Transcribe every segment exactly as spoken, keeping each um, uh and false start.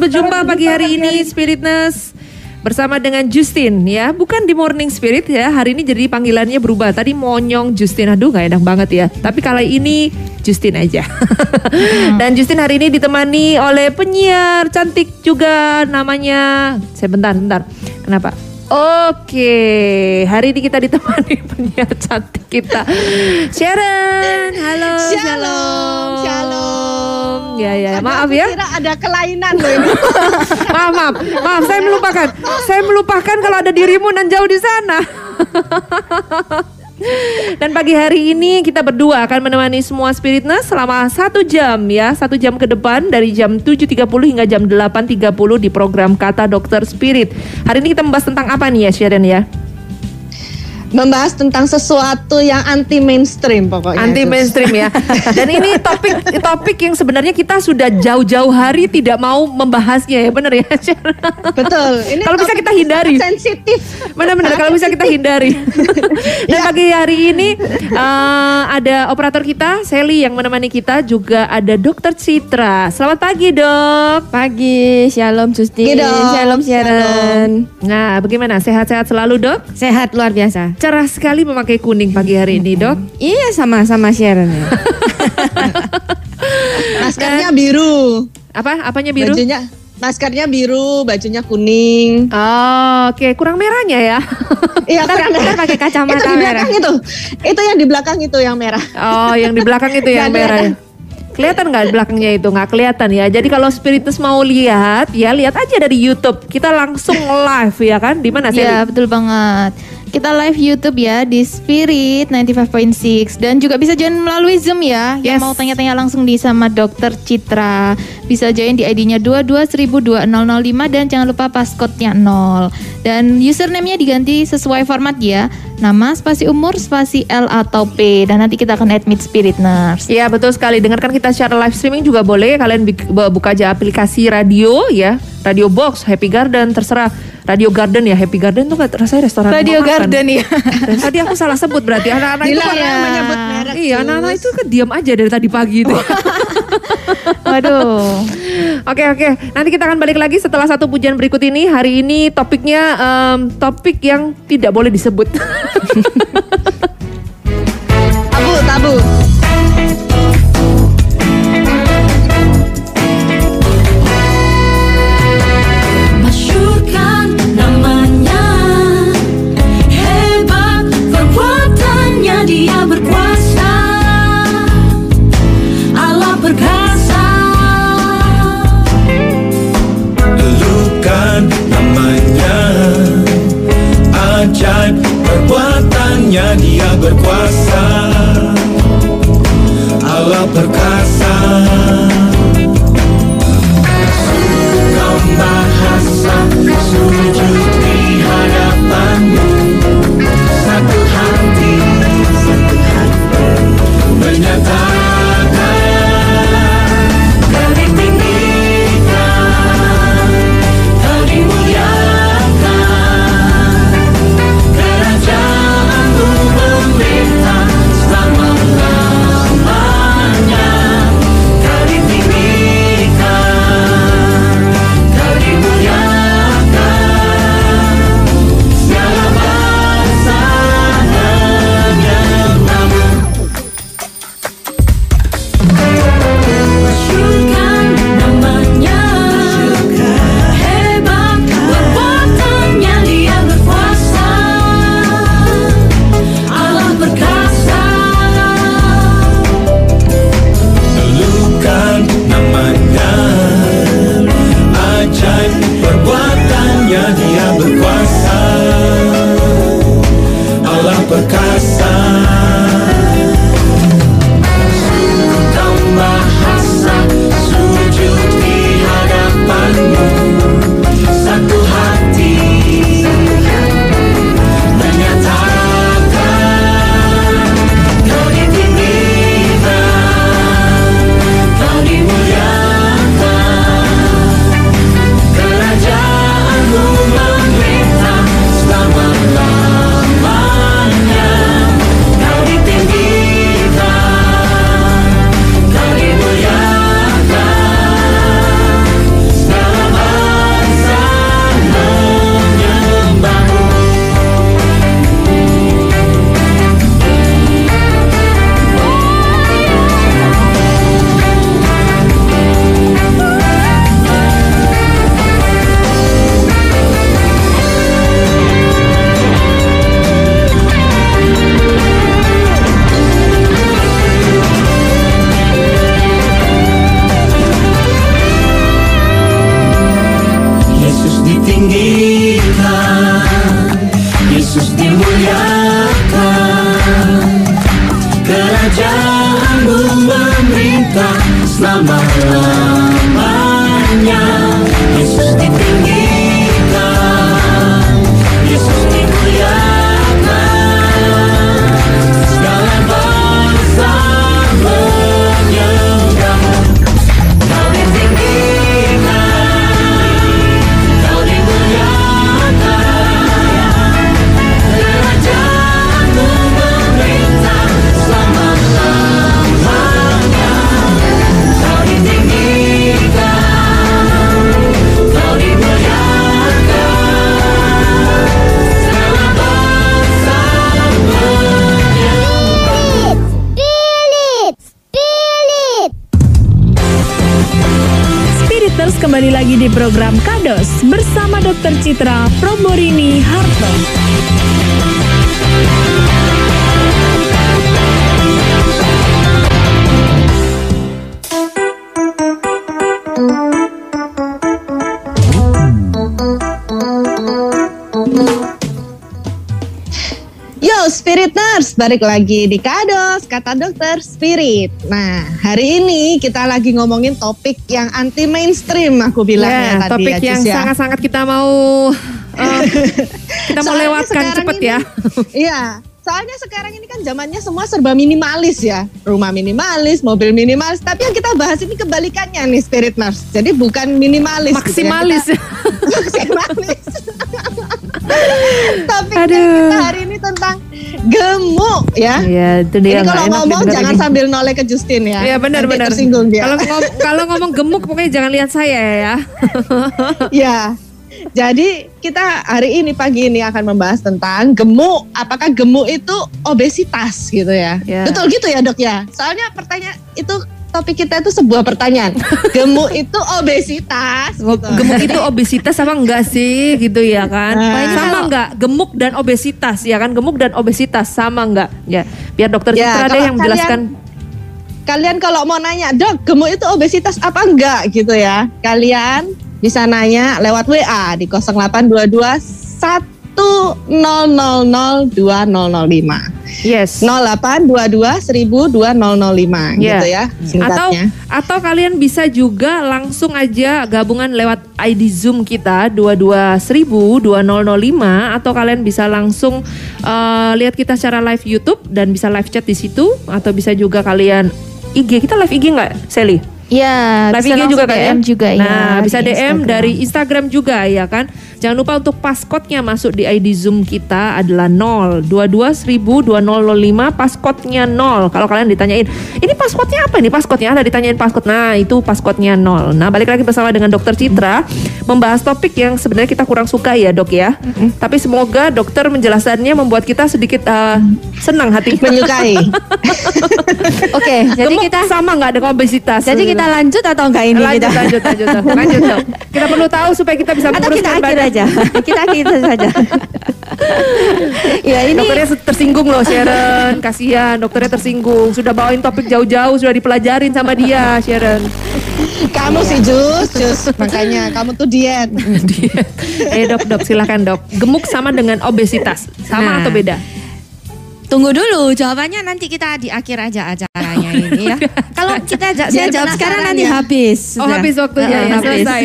jumpa pagi hari ini Spiritness bersama dengan Justin ya. Bukan di Morning Spirit ya. Hari ini jadi panggilannya berubah. Tadi Monyong Justin. Aduh gak enak banget ya. Tapi kali ini Justin aja. Dan Justin hari ini ditemani oleh penyiar cantik juga namanya. Saya bentar, bentar. Kenapa? Oke, hari ini kita ditemani penyiar cantik kita, Sharon. Halo, Shalom, shalom. shalom. Ya, ya, Aduh, maaf aku ya. kira ada kelainan loh ini. maaf, maaf, maaf. Saya melupakan. Saya melupakan kalau ada dirimu nan jauh di sana. Dan pagi hari ini kita berdua akan menemani semua Spiritness selama satu jam ya. Satu jam ke depan dari jam tujuh tiga puluh hingga jam delapan tiga puluh di program Kata Dokter Spirit. Hari ini kita membahas tentang apa nih ya Sharon ya? Membahas tentang sesuatu yang anti mainstream pokoknya. Anti mainstream ya. Dan ini topik topik yang sebenarnya kita sudah jauh-jauh hari tidak mau membahasnya ya, benar ya? Betul. Ini kalau bisa kita hindari. Sensitif. Benar-benar kalau bisa kita hindari. Dan Ya. pagi hari ini uh, ada operator kita Sally yang menemani kita, juga ada Dokter Citra. Selamat pagi dok. Pagi, shalom Justin, Pagi, Dok. shalom Sharon. Nah bagaimana, sehat-sehat selalu dok? Sehat luar biasa. Cerah sekali memakai kuning pagi hari ini dok. Iya sama-sama Sharon ya. Maskernya biru. Apa? Apanya biru? Bajunya maskernya biru, bajunya kuning. Oh, oke, kurang merahnya ya. Iya, Ntar, kurang ntar merah. pakai Itu kacamata di merah. belakang itu. Itu yang di belakang itu yang merah. Oh, yang di belakang itu yang Nggak merah. Ya? Kelihatan nggak di belakangnya itu? Nggak kelihatan ya. Jadi kalau Spiritness mau lihat, ya lihat aja dari YouTube. Kita langsung live ya kan? Di mana sih? Ya betul banget. Kita live YouTube ya di Spirit sembilan puluh lima koma enam dan juga bisa join melalui Zoom ya. Yes. Yang mau tanya-tanya langsung di sama Dokter Citra bisa join di I D-nya dua dua seribu dua nol nol lima dan jangan lupa passcode-nya nol. Dan username-nya diganti sesuai format ya. Nama, spasi umur, spasi L atau P, dan nanti kita akan admit Spiritness. Iya betul sekali. Dengarkan kita secara live streaming juga boleh. Kalian bik- buka aja aplikasi radio ya, Radio Box, Happy Garden, terserah. Radio Garden ya, Happy Garden tuh gak rasanya restoran Radio mau makan. Garden ya. Dan tadi aku salah sebut berarti anak-anak itu Dilarang kan- menyebut merek. Iya, Sus. anak-anak itu kan diam aja dari tadi pagi itu. Waduh. Oke oke, nanti kita akan balik lagi setelah satu pujian berikut ini. Hari ini topiknya em, topik yang tidak boleh disebut. Tabu, tabu. Masyurkan namanya, hebat perbuatannya, dia berkuasa, Allah perkasa. Lukan namanya, ajaib perbuatannya, dia berkuasa, Allah perkasa. Kau bahasa sujud di hadapanmu, satu hati, satu hati menyatakan kau ditinggikan, kau dimuliakan, kerajaanmu memerintah selama-lamanya. Kau ditinggikan, kau dimuliakan, segala bangsa hanya namamu. Kerajaanmu memerintah selama-lamanya. Yesus ditinggikan, Yesus dimuliakan, segala bangsa menyembahmu. Kau ditinggikan, kau dimuliakan, kerajaanmu memerintah selama-lamanya. Kau ditinggikan, kau dimuliakan, segala bangsa menyembahmu. Spiriters kembali lagi di program Kados bersama dokter Citra Proborini Harto. Yo Spirit Nurse, balik lagi di Kados, kata dokter Spirit. Nah, hari ini kita lagi ngomongin topik yang anti mainstream, aku bilang Ya, ya, tadi topik ya, yang Cis, ya. sangat-sangat kita mau uh, kita mau Soalnya lewatkan sekarang cepet ini- ya. Iya, soalnya sekarang ini kan zamannya semua serba minimalis ya. Rumah minimalis, mobil minimalis. Tapi yang kita bahas ini kebalikannya nih Spirit Nurse. Jadi bukan minimalis. Maksimalis. Gitu ya. Kita- maksimalis. Tapi Aduh. kita hari ini tentang gemuk ya. Iya, itu dia. Ini nggak kalau enak ngomong didengar jangan ini. sambil noleh ke Justin ya. Iya benar Nanti benar. tersinggung dia. Kalau ngom- kalau ngomong gemuk pokoknya jangan lihat saya ya. Ya. Jadi kita hari ini pagi ini akan membahas tentang gemuk. Apakah gemuk itu obesitas gitu ya? Ya. Betul gitu ya dok ya? Soalnya pertanyaan itu topik kita itu sebuah pertanyaan. Gemuk itu obesitas. Gitu. Gemuk itu obesitas sama enggak sih gitu ya kan? Nah. Sama enggak? Gemuk dan obesitas ya kan? Gemuk dan obesitas sama enggak? Ya, biar dokter Ya, Citra deh kalau yang menjelaskan. Kalian kalau mau nanya, dok gemuk itu obesitas apa enggak gitu ya? Kalian bisa nanya lewat W A di nol delapan dua dua satu nol nol nol dua nol nol lima. Yes. nol delapan dua dua seribu dua nol nol lima Ya. gitu ya Atau singkatnya. atau kalian bisa juga langsung aja gabungan lewat I D Zoom kita dua dua seribu dua nol nol lima atau kalian bisa langsung eh, lihat kita secara live YouTube dan bisa live chat di situ atau bisa juga kalian I G. Kita live I G nggak, Sally? Ya, Live bisa I G langsung juga kan D ya? M juga ya. Nah, bisa di D M Instagram. dari Instagram juga ya kan. Jangan lupa untuk passcode-nya masuk di I D Zoom kita adalah nol dua dua seribu dua nol nol lima, passcode-nya nol. Kalau kalian ditanyain, ini passcode-nya apa nih? Passcode-nya ada, ditanyain passcode. Nah, itu passcode-nya nol. Nah, balik lagi bersama dengan dokter Citra membahas topik yang sebenarnya kita kurang suka ya, Dok ya. Tapi semoga dokter menjelaskannya membuat kita sedikit uh, senang hati. Menyukai. Oke, jadi Gemuk kita sama nggak dengan obesitas? jadi kita lanjut atau enggak ini lanjut, kita? lanjut, lanjut, lanjut, lanjut, Dok. Kita perlu tahu supaya kita bisa Atau kita menguruskan akhir badan. aja. Kita akhir saja. Ya ini Dokternya tersinggung loh Sharon, kasihan dokternya tersinggung. Sudah bawain topik jauh-jauh, sudah dipelajarin sama dia Sharon. Kamu sih Jus, Jus. Makanya kamu tuh diet. Eh dok, dok silakan dok. Gemuk sama dengan obesitas, sama Nah. atau beda? tunggu dulu jawabannya nanti kita di akhir aja acaranya ini ya. Kalau kita ja- saya Biar jawab sekarang penasaran nanti ya. habis. Oh Sudah. habis waktunya Heeh, ya, habis. selesai.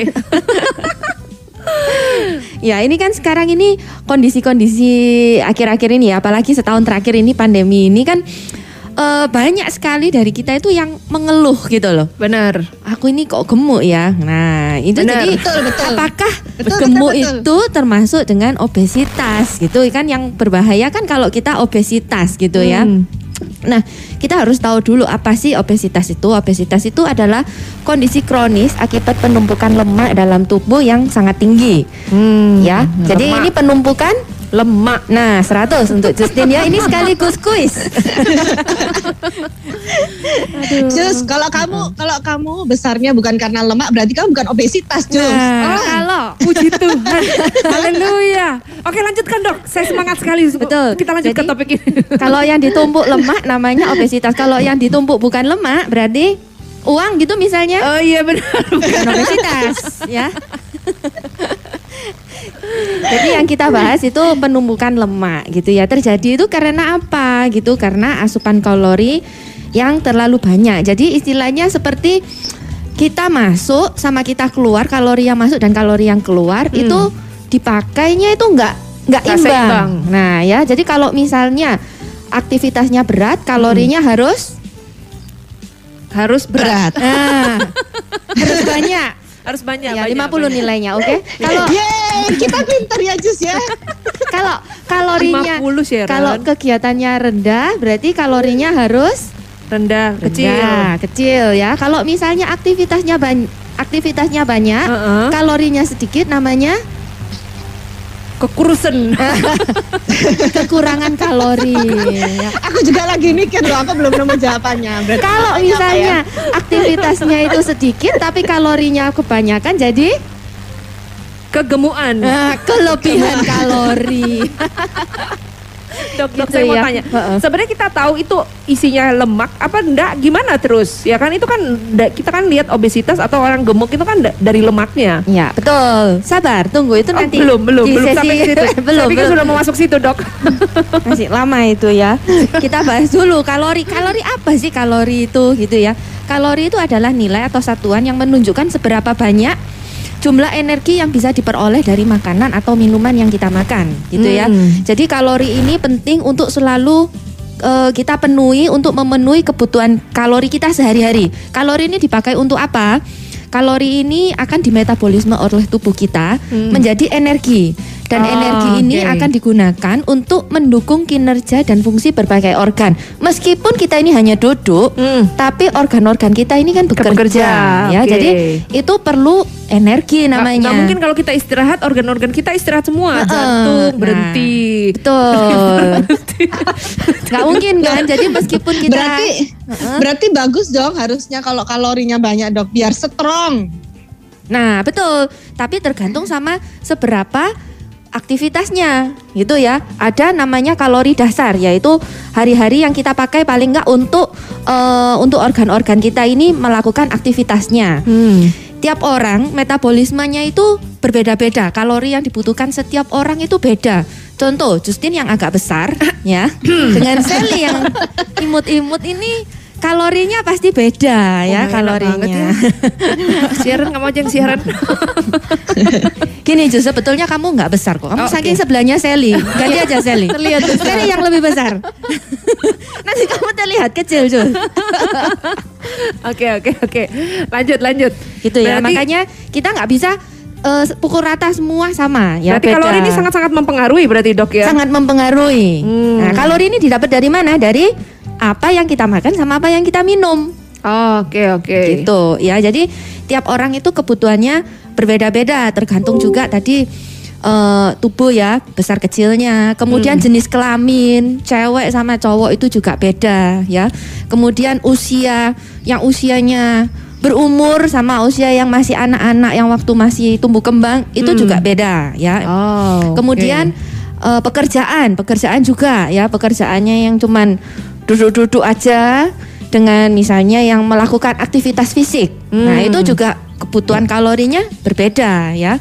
Ya ini kan sekarang ini kondisi-kondisi akhir-akhir ini ya, apalagi setahun terakhir ini pandemi ini kan eh, banyak sekali dari kita itu yang mengeluh gitu loh. Benar. Aku ini kok gemuk ya. Nah itu Benar. jadi Betul, betul. apakah Betul, gemuk betul, betul. itu termasuk dengan obesitas gitu kan, yang berbahaya kan kalau kita obesitas gitu ya. Hmm. Nah, kita harus tahu dulu apa sih obesitas itu. Obesitas itu adalah kondisi kronis akibat penumpukan lemak dalam tubuh yang sangat tinggi. Hmm. Ya. Jadi Lemak. ini penumpukan Lemak. nah seratus untuk Justin ya. Ini sekaligus kuis. Jus, kalau kamu kalau kamu besarnya bukan karena lemak, berarti kamu bukan obesitas, Jus. Nah, Oh, kalau Puji Tuhan. Haleluya. Oke lanjutkan dok. Saya semangat sekali. Betul. Kita lanjutkan Jadi, topik ini. kalau yang ditumpuk lemak namanya obesitas. Kalau yang ditumpuk bukan lemak berarti uang gitu misalnya. Oh iya benar. Bukan obesitas ya. Jadi yang kita bahas itu penumpukan lemak gitu ya. Terjadi itu karena apa gitu? Karena asupan kalori yang terlalu banyak. Jadi istilahnya seperti kita masuk sama kita keluar, kalori yang masuk dan kalori yang keluar hmm. itu dipakainya itu enggak enggak imbang. Seimbang. Nah, ya. Jadi kalau misalnya aktivitasnya berat, kalorinya hmm. harus harus berat. Nah, harus banyak. Harus banyak. Ya, banyak, lima puluh banyak. nilainya, oke? Okay? Kalau Yeay, kita pintar ya Jus ya. kalau kalorinya lima puluh, Sharon. kalau kegiatannya rendah, berarti kalorinya harus rendah, kecil. rendah, kecil ya. Kalau misalnya aktivitasnya banyak, aktivitasnya banyak, Uh-uh. kalorinya sedikit, namanya kekurusan. kekurangan kalori. Ya. Aku juga lagi mikir loh, aku belum nemu jawabannya. Berarti Kalau namanya misalnya apa ya? aktivitasnya itu sedikit tapi kalorinya kebanyakan, jadi Kegemuan. nah, kelebihan kalori. Dok, dok, Gitu saya mau ya. tanya. Heeh. Sebenarnya kita tahu itu isinya lemak apa enggak? Gimana terus? Ya kan itu kan da- kita kan lihat obesitas atau orang gemuk itu kan da- dari lemaknya. Ya, betul. Sabar, tunggu itu Oh, nanti. belum, belum, di belum sesi- sampai ke situ. belum, Saya pikir belum. sudah mau masuk situ, Dok. Masih lama itu ya. Kita bahas dulu kalori. Kalori apa sih kalori itu gitu ya? Kalori itu adalah nilai atau satuan yang menunjukkan seberapa banyak jumlah energi yang bisa diperoleh dari makanan atau minuman yang kita makan gitu ya. Hmm. Jadi kalori ini penting untuk selalu uh, kita penuhi untuk memenuhi kebutuhan kalori kita sehari-hari. Kalori ini dipakai untuk apa? Kalori ini akan dimetabolisme oleh tubuh kita Hmm. menjadi energi. Dan Oh, energi ini oke. akan digunakan untuk mendukung kinerja dan fungsi berbagai organ. Meskipun kita ini hanya duduk, Hmm. tapi organ-organ kita ini kan bekerja, Bekerja, ya. oke. Jadi itu perlu energi Nggak- namanya. nggak mungkin kalau kita istirahat organ-organ kita istirahat semua, Heeh. jantung Nah, berhenti. Betul. Nggak mungkin kan. Jadi meskipun kita Berarti berarti bagus dong harusnya kalau kalorinya banyak dok biar strong. Nah, betul. Tapi tergantung sama seberapa aktivitasnya gitu ya. Ada namanya kalori dasar, yaitu hari-hari yang kita pakai paling enggak untuk eh, untuk organ-organ kita ini melakukan aktivitasnya. Hmm. Tiap orang metabolismenya itu berbeda-beda. Kalori yang dibutuhkan setiap orang itu beda. Contoh, Justin yang agak besar ya, dengan Sally yang imut-imut ini kalorinya pasti beda ya Oh, enak kalorinya. banget ya. Siaran kamu aja yang siaran. Gini Jus, sebetulnya kamu nggak besar kok. Kamu Oh, saking oke. sebelahnya Sally. Ganti aja Sally. Terlihat besar. Sally yang lebih besar. Nanti kamu terlihat kecil Jus. Oke oke oke. Lanjut lanjut. Gitu ya. Berarti- Makanya kita nggak bisa eh, pukul rata semua sama. Ya, Berarti beda. kalori ini sangat-sangat mempengaruhi berarti dok ya? sangat mempengaruhi. Hmm. Nah, kalori ini didapat dari mana? Dari apa yang kita makan sama apa yang kita minum. Oh, oke oke. Gitu ya. Jadi tiap orang itu kebutuhannya berbeda-beda, tergantung juga tadi eh, tubuh ya, besar kecilnya. Kemudian Hmm. jenis kelamin, cewek sama cowok itu juga beda ya. Kemudian usia, yang usianya berumur sama usia yang masih anak-anak yang waktu masih tumbuh kembang itu Hmm. juga beda ya. Oh, Kemudian eh, pekerjaan, pekerjaan juga ya, pekerjaannya yang cuman duduk-duduk aja dengan misalnya yang melakukan aktivitas fisik. Nah, Hmm. itu juga kebutuhan kalorinya berbeda ya.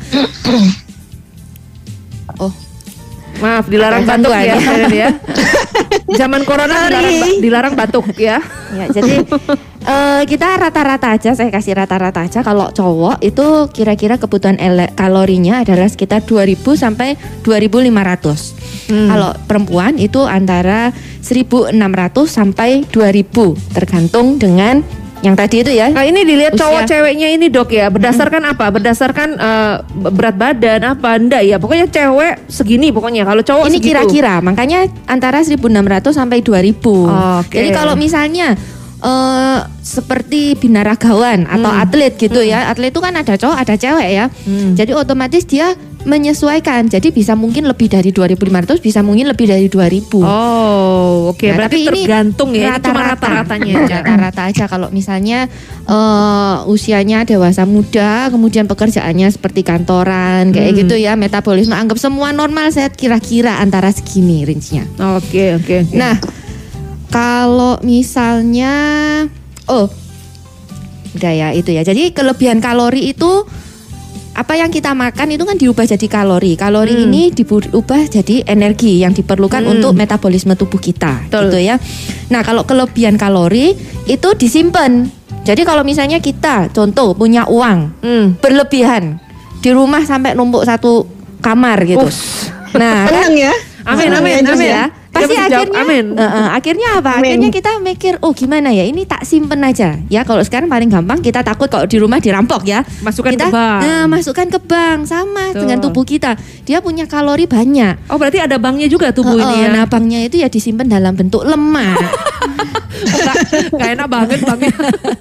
Oh, maaf dilarang Ada batuk gangguan. ya, Sharon ya. Zaman corona dilarang, ba- dilarang batuk ya. ya jadi eh, kita rata-rata aja, saya kasih rata-rata aja. Kalau cowok itu kira-kira kebutuhan ele- kalorinya adalah sekitar dua ribu sampai dua ribu lima ratus. Hmm. Kalau perempuan itu antara seribu enam ratus sampai dua ribu tergantung dengan yang tadi itu ya. Nah ini dilihat Usia. cowok ceweknya ini dok ya, berdasarkan apa? Berdasarkan eh, berat badan apa enggak ya? Pokoknya cewek segini pokoknya. Kalau cowok Ini segitu. kira-kira, makanya antara seribu enam ratus sampai dua ribu. Oke. Jadi kalau misalnya eh, seperti binaragawan atau Hmm. atlet gitu ya, atlet itu kan ada cowok ada cewek ya. Hmm. Jadi otomatis dia menyesuaikan. Jadi bisa mungkin lebih dari dua ribu lima ratus, bisa mungkin lebih dari dua ribu. Oh, oke. Nah, Berarti tapi ini tergantung ya. Ini cuma rata-rata. rata-ratanya aja. Rata-rata aja. Kalau misalnya eh, usianya dewasa muda, kemudian pekerjaannya seperti kantoran kayak Hmm. gitu ya, metabolisme anggap semua normal, sehat, kira-kira antara segini range-nya. Oke, oke. oke. Nah, kalau misalnya oh udah ya itu ya. Jadi kelebihan kalori itu apa yang kita makan itu kan diubah jadi kalori. Kalori Hmm. ini diubah jadi energi yang diperlukan Hmm. untuk metabolisme tubuh kita, Betul. gitu ya. Nah, kalau kelebihan kalori itu disimpan. Jadi kalau misalnya kita contoh punya uang Hmm. berlebihan di rumah sampai numpuk satu kamar gitu. Ups. Nah, kan, Tenang ya. Amin, Tenang amin, ya, Jus amin. ya. pasti Dia mesti jawab, akhirnya amin. eh, eh, akhirnya apa? Amin. Akhirnya kita mikir, oh gimana ya? Ini tak simpen aja. Ya kalau sekarang paling gampang kita takut kalau di rumah dirampok ya. Masukkan kita, ke bank. Nah, masukkan ke bank sama Betul. dengan tubuh kita. Dia punya kalori banyak. Oh berarti ada banknya juga tubuh Eh, ini eh, ya? Nah, banknya itu ya disimpan dalam bentuk lemak. Nggak, nggak enak banget banknya.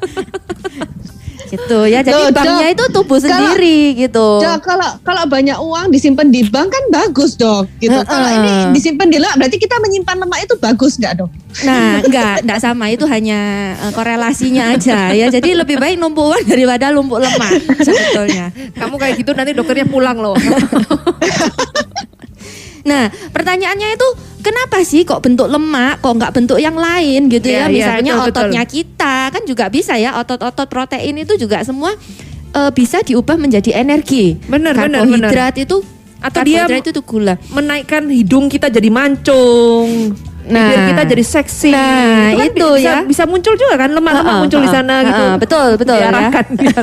gitu ya. Jadi Loh, banknya Dok, itu tubuh kalau- sendiri gitu. Dok, kalau kalau banyak uang disimpan di bank kan bagus dok, gitu. Heeh. Kalau ini disimpan di lemak, berarti kita menyimpan lemak itu bagus nggak dok? Nah, enggak, enggak sama, itu hanya eh, korelasinya aja ya. Jadi lebih baik numpuk uang daripada numpuk lemak sebetulnya. Kamu kayak gitu nanti dokternya pulang loh. Nah, pertanyaannya itu kenapa sih kok bentuk lemak, kok nggak bentuk yang lain gitu Iya, ya? iya, Misalnya betul, betul. ototnya kita kan juga bisa ya, otot-otot protein itu juga semua eh, bisa diubah menjadi energi. Benar, benar, Karbohidrat itu Atau dia karbohidrat itu gula. menaikkan hidung kita jadi mancung. Nah. Bibir kita jadi seksi. Nah, kan itu bisa, ya. bisa muncul juga kan lemak-lemak Heeh, muncul di heeh, sana gitu. heeh, betul, betul ya. Diarahkan gitu.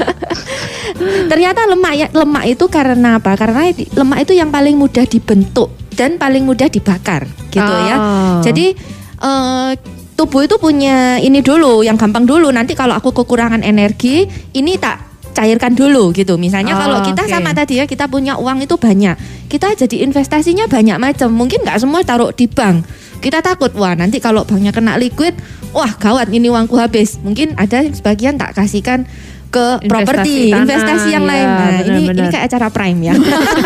Ternyata lemak ya, lemak itu karena apa? Karena di- lemak itu yang paling mudah dibentuk dan paling mudah dibakar, gitu ya. Oh. Jadi eh, tubuh itu punya ini dulu, yang gampang dulu. Nanti kalau aku kekurangan energi, ini tak cairkan dulu gitu. Misalnya Oh, kalau kita oke. sama tadi ya, kita punya uang itu banyak, kita jadi investasinya banyak macam. Mungkin nggak semua taruh di bank. Kita takut, wah nanti kalau banknya kena liquid, wah gawat ini uangku habis. Mungkin ada yang sebagian tak kasihkan ke Investasi properti, tanah, investasi yang ya, lain. Nah, ini ini benar-benar. kayak acara Prime ya.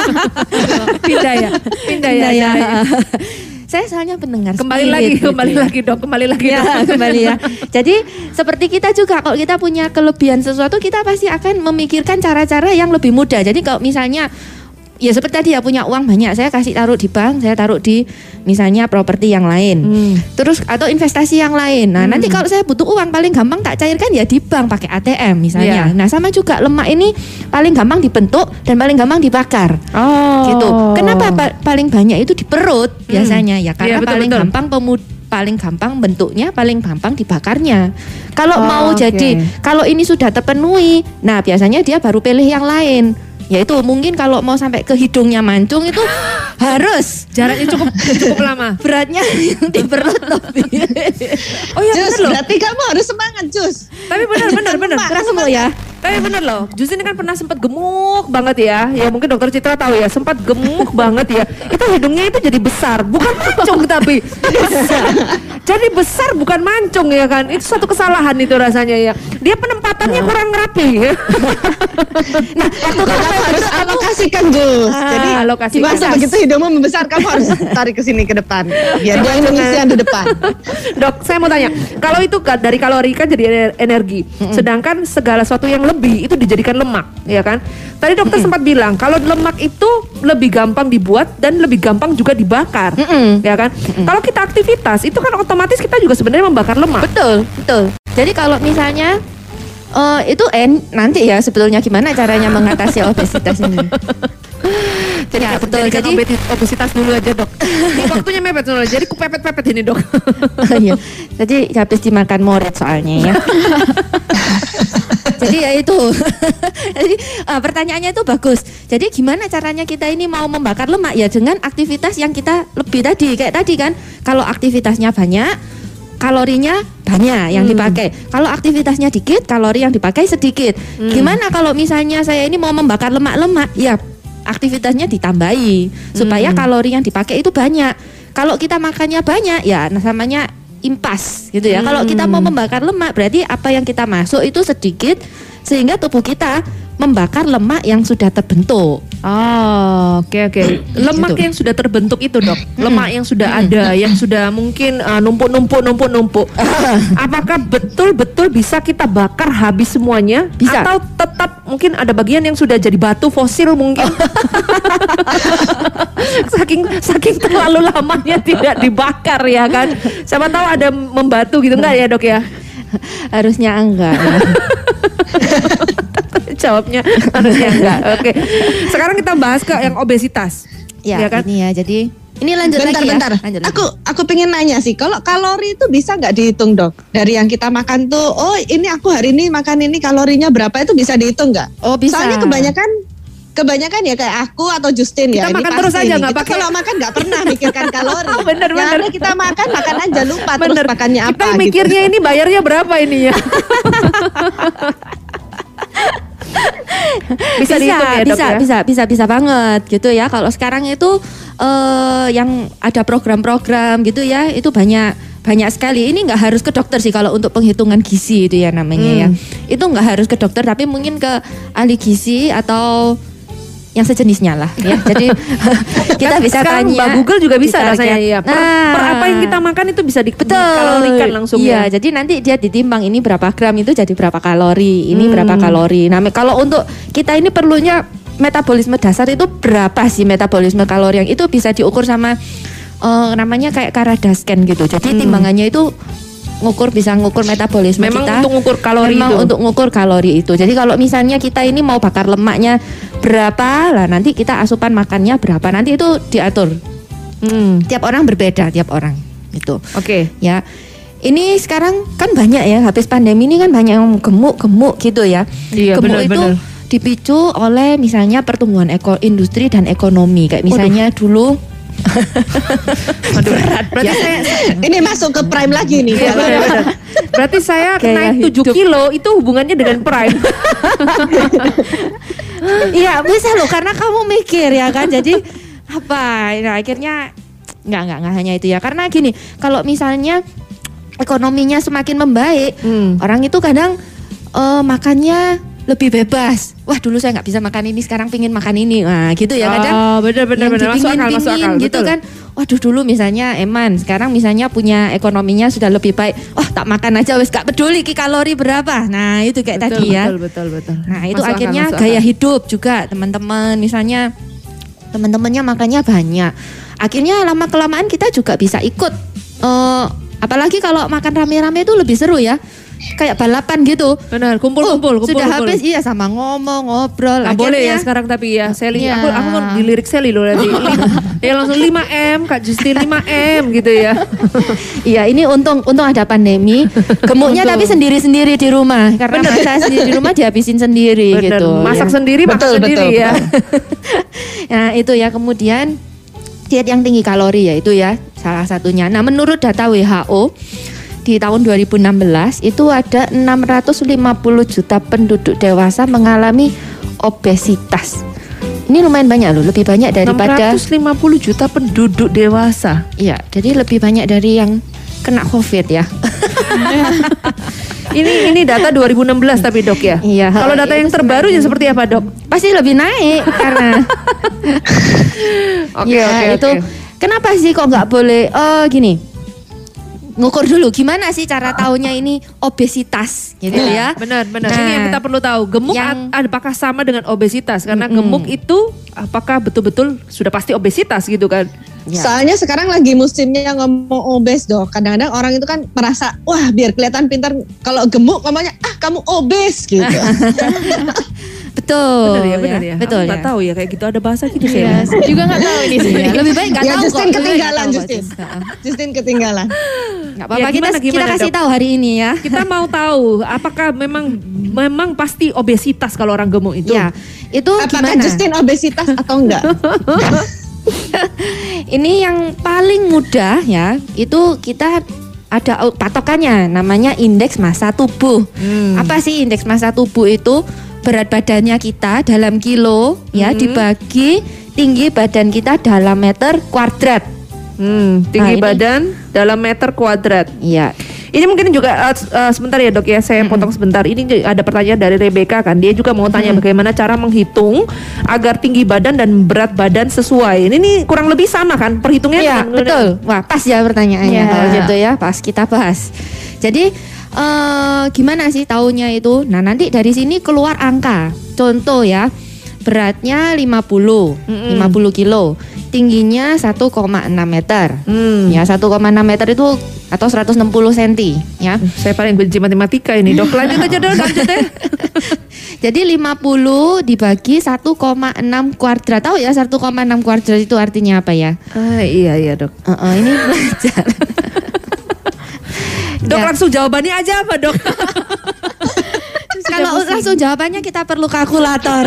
Pindah ya. Pindah ya. Nah, ya. acaranya. Saya soalnya pendengar Kembali spirit lagi, gitu kembali ya. lagi dok, kembali lagi Ya, dok. kembali ya. Jadi seperti kita juga kalau kita punya kelebihan sesuatu, kita pasti akan memikirkan cara-cara yang lebih mudah. Jadi kalau misalnya ya seperti tadi ya, punya uang banyak, saya kasih taruh di bank, saya taruh di misalnya properti yang lain. Hmm. Terus atau investasi yang lain. Nah, nanti kalau saya butuh uang paling gampang tak cairkan ya di bank pakai A T M misalnya. Iya. Nah, sama juga lemak ini paling gampang dibentuk dan paling gampang dibakar. Oh. Gitu. Kenapa pa- paling banyak itu di perut biasanya ya? Karena Iya, betul, paling betul. gampang pemu- paling gampang bentuknya, paling gampang dibakarnya. Kalau Oh, mau oke. jadi, kalau ini sudah terpenuhi, nah biasanya dia baru pilih yang lain. Yaitu mungkin kalau mau sampai ke hidungnya mancung itu harus Jaraknya cukup cukup lama. beratnya yang di perut lebih. Oh iya Jus, benar loh. berarti kamu harus semangat Jus. Tapi benar benar benar. Keras semua ya. Tapi bener loh, Jus ini kan pernah sempat gemuk banget ya. Ya mungkin dokter Citra tahu ya, sempat gemuk banget ya. Itu hidungnya itu jadi besar, bukan mancung tapi besar. Jadi besar bukan mancung ya kan. Itu satu kesalahan itu rasanya ya. Dia penempatannya kurang rapi. Nah, waktu Kamu kamu harus alokasikan Jus. Jadi Ah, alokasikan. waktu begitu hidungmu membesar, kamu harus tarik ke sini ke depan. Biar dia yang mengisi yang di depan. Dok, saya mau tanya, kalau itu ka- dari kalori kan jadi ener- energi, sedangkan segala sesuatu yang lebih itu dijadikan lemak, ya kan? Tadi dokter sempat bilang kalau lemak itu lebih gampang dibuat dan lebih gampang juga dibakar, Mm-mm. ya kan? Kalau kita aktivitas itu kan otomatis kita juga sebenarnya membakar lemak. Betul, betul. Jadi kalau misalnya eh, itu en nanti ya sebetulnya gimana caranya mengatasi obesitas ini? Jadi Ya, betul. jadikan Jadi obesi- obesitas dulu aja dok. Ini waktunya mepet soalnya, jadi kupepet-pepet ini dok. iya. Jadi habis dimakan moret soalnya ya. Jadi ya itu. Jadi eh, pertanyaannya itu bagus. Jadi gimana caranya kita ini mau membakar lemak ya dengan aktivitas yang kita lebih tadi kayak tadi kan. Kalau aktivitasnya banyak, kalorinya banyak yang dipakai. Kalau aktivitasnya dikit, kalori yang dipakai sedikit. Gimana kalau misalnya saya ini mau membakar lemak-lemak? Ya aktivitasnya ditambahi supaya kalori yang dipakai itu banyak. Kalau kita makannya banyak ya namanya impas gitu ya. Kalau kita mau membakar lemak berarti apa yang kita masuk itu sedikit sehingga tubuh kita membakar lemak yang sudah terbentuk. Oh, oke oke. Lemak yang sudah terbentuk itu dok, lemak yang sudah ada, yang sudah mungkin uh, numpuk-numpuk, numpuk-numpuk. Apakah betul-betul bisa kita bakar habis semuanya? Bisa. Atau tetap mungkin ada bagian yang sudah jadi batu fosil mungkin? saking saking terlalu lamanya tidak dibakar ya kan? Siapa tahu ada membatu gitu enggak ya dok ya? Harusnya enggak. Ya. Jawabnya harusnya enggak. Oke. Sekarang kita bahas ke yang obesitas. Ya, Ya kan? ini ya. Jadi ini lanjut Bentar, lagi ya. bentar. Lanjut lagi. Aku aku pengen nanya sih, kalau kalori itu bisa nggak dihitung dok? Dari yang kita makan tuh, oh ini aku hari ini makan ini kalorinya berapa itu bisa dihitung nggak? Oh, bisa. Soalnya kebanyakan kebanyakan ya kayak aku atau Justin ya. Kita ini makan pasti terus aja, nih. nggak Kita pakai- kalau makan nggak pernah mikirkan kalori. Bener, Yang bener. ada kita makan makan aja lupa terus Bener. makannya apa Kita gitu. mikirnya ini bayarnya berapa ini ya? bisa, bisa, dihitung ya, Dok, bisa, ya? bisa, bisa, bisa banget gitu ya. Kalau sekarang itu eh, yang ada program-program gitu ya, itu banyak banyak sekali. Ini nggak harus ke dokter sih kalau untuk penghitungan gizi itu ya namanya ya. Itu nggak harus ke dokter, tapi mungkin ke ahli gizi atau yang sejenisnya lah ya. Jadi kita bisa Sekarang tanya. Mbak Google juga bisa kita rasanya lihat. ya. Per, Nah, per apa yang kita makan itu bisa di, betul dikalorikan langsung iya, ya. jadi nanti dia ditimbang ini berapa gram itu jadi berapa kalori, ini Hmm. berapa kalori. Nah, me- kalau untuk kita ini perlunya metabolisme dasar itu berapa sih metabolisme kalori yang itu bisa diukur sama eh, namanya kayak Karadascan gitu. Jadi timbangannya itu ngukur bisa ngukur metabolisme Memang kita. untuk ngukur kalori Memang itu. untuk ngukur kalori itu. Jadi kalau misalnya kita ini mau bakar lemaknya berapa, lah nanti kita asupan makannya berapa. Nanti itu diatur. Hmm. Tiap orang berbeda, tiap orang gitu. Oke. Ya. Ini sekarang kan banyak ya, habis pandemi ini kan banyak yang gemuk-gemuk gitu ya. Iya, gemuk benar, itu benar. dipicu oleh misalnya pertumbuhan eko, industri dan ekonomi. Kayak misalnya dulu Aduh, berat. Berarti saya Ini masuk ke prime lagi nih. Iya, benar-benar. Berarti saya Gaya naik tujuh hidup. kilo itu hubungannya dengan prime. Iya bisa loh, karena kamu mikir ya kan. Jadi apa? Nah, akhirnya nggak nggak nggak hanya itu ya. Karena gini, kalau misalnya ekonominya semakin membaik, Hmm. orang itu kadang eh, makannya lebih bebas. Wah dulu saya nggak bisa makan ini, sekarang pingin makan ini. Nah gitu ya kadang. Oh, benar-benar yang benar. Masuk akal, masuk dipingin-pingin akal. gitu Betul. kan. Waduh dulu misalnya Eman, sekarang misalnya punya ekonominya sudah lebih baik. Oh tak makan aja wes gak peduli ki kalori berapa. Nah itu kayak Betul, tadi ya. Betul, betul, betul. Nah itu Masuk akal, akhirnya masuk gaya akal. hidup juga teman-teman. Misalnya teman-temannya makannya banyak. Akhirnya lama kelamaan kita juga bisa ikut. Eh, apalagi kalau makan rame-rame itu lebih seru ya. Kayak balapan gitu. Benar, kumpul-kumpul, Oh, kumpul, sudah kumpul. habis iya sama ngomong ngobrol. Nggak boleh ya Akhirnya- sekarang tapi ya Sally, Iya. aku aku mau dilirik Sally loh nanti. Ya langsung lima M Kak Justin lima M gitu ya. Iya ini untung untung ada pandemi. Gemuknya Untung. tapi sendiri-sendiri di rumah. Karena masak sendiri di rumah dihabisin sendiri Bener, gitu. masak ya. sendiri, makan Betul, sendiri betul, ya. Nah itu ya, kemudian diet yang tinggi kalori ya itu ya salah satunya. Nah menurut data W H O di tahun dua ribu enam belas itu ada enam ratus lima puluh juta penduduk dewasa mengalami obesitas. Ini lumayan banyak loh, lebih banyak daripada enam ratus lima puluh juta penduduk dewasa. iya, jadi lebih banyak dari yang kena COVID ya. Ini ini data dua ribu enam belas tapi Dok ya. Iya. Kalau data yang Itu terbaru ya sebenarnya- seperti apa Dok? Pasti lebih naik karena Oke ya, oke itu oke. kenapa sih kok nggak boleh eh gini ngukur dulu gimana sih cara taunya ini obesitas gitu ya. Benar benar. Nah, Ini yang kita perlu tahu. Gemuk yang- at- apakah sama dengan obesitas? Karena Mm-mm. gemuk itu apakah betul-betul sudah pasti obesitas gitu kan? Ya. Soalnya sekarang lagi musimnya ngomong obes dong. Kadang-kadang orang itu kan merasa wah biar kelihatan pintar. Kalau gemuk ngomongnya ah kamu obes gitu. Betul. Benar ya benar ya. Betul Aku nggak ya. tahu ya kayak gitu ada bahasa gitu sih. Iya, saya juga nggak tahu ini Iya, sebenarnya. lebih baik nggak Ya, tahu Justin kok. Lebih baik ketinggalan, nggak tahu kok, Justin. Jus. Heeh. Justin ketinggalan. Nggak apa-apa, Ya, kita gimana, kita gimana, kasih Dok? tahu hari ini ya. Kita mau tahu apakah memang memang pasti obesitas kalau orang gemuk itu? Ya, itu Apakah gimana? Justin obesitas atau enggak? Ini yang paling mudah ya, itu kita ada patokannya namanya indeks massa tubuh. Hmm. Apa sih indeks massa tubuh itu? Berat badannya kita dalam kilo ya Hmm. dibagi tinggi badan kita dalam meter kuadrat. Hmm, tinggi Nah, ini- badan dalam meter kuadrat. Iya. Ini mungkin juga uh, uh, sebentar ya Dok ya, saya potong sebentar. Ini ada pertanyaan dari Rebecca kan, dia juga mau tanya bagaimana cara menghitung agar tinggi badan dan berat badan sesuai. Ini, ini kurang lebih sama kan perhitungnya? Iya, dengan- betul. Wah, pas ya pertanyaannya Iya. kalau gitu ya, pas kita bahas. Jadi eh, gimana sih taunya itu? Nah, nanti dari sini keluar angka. Contoh ya, beratnya lima puluh, Mm-mm. lima puluh kilo, tingginya satu koma enam meter. Hmm. Ya, satu koma enam meter itu atau seratus enam puluh senti ya. Saya paling benci matematika ini Dok. Lanjut aja Dok, lanjut ya. Jadi lima puluh dibagi satu koma enam kuadrat. Tahu ya satu koma enam kuadrat itu artinya apa ya? Ah, iya iya dok. Uh, uh, ini belajar. Dok Ya. langsung jawabannya aja apa dok? Kalau langsung jawabannya kita perlu kalkulator.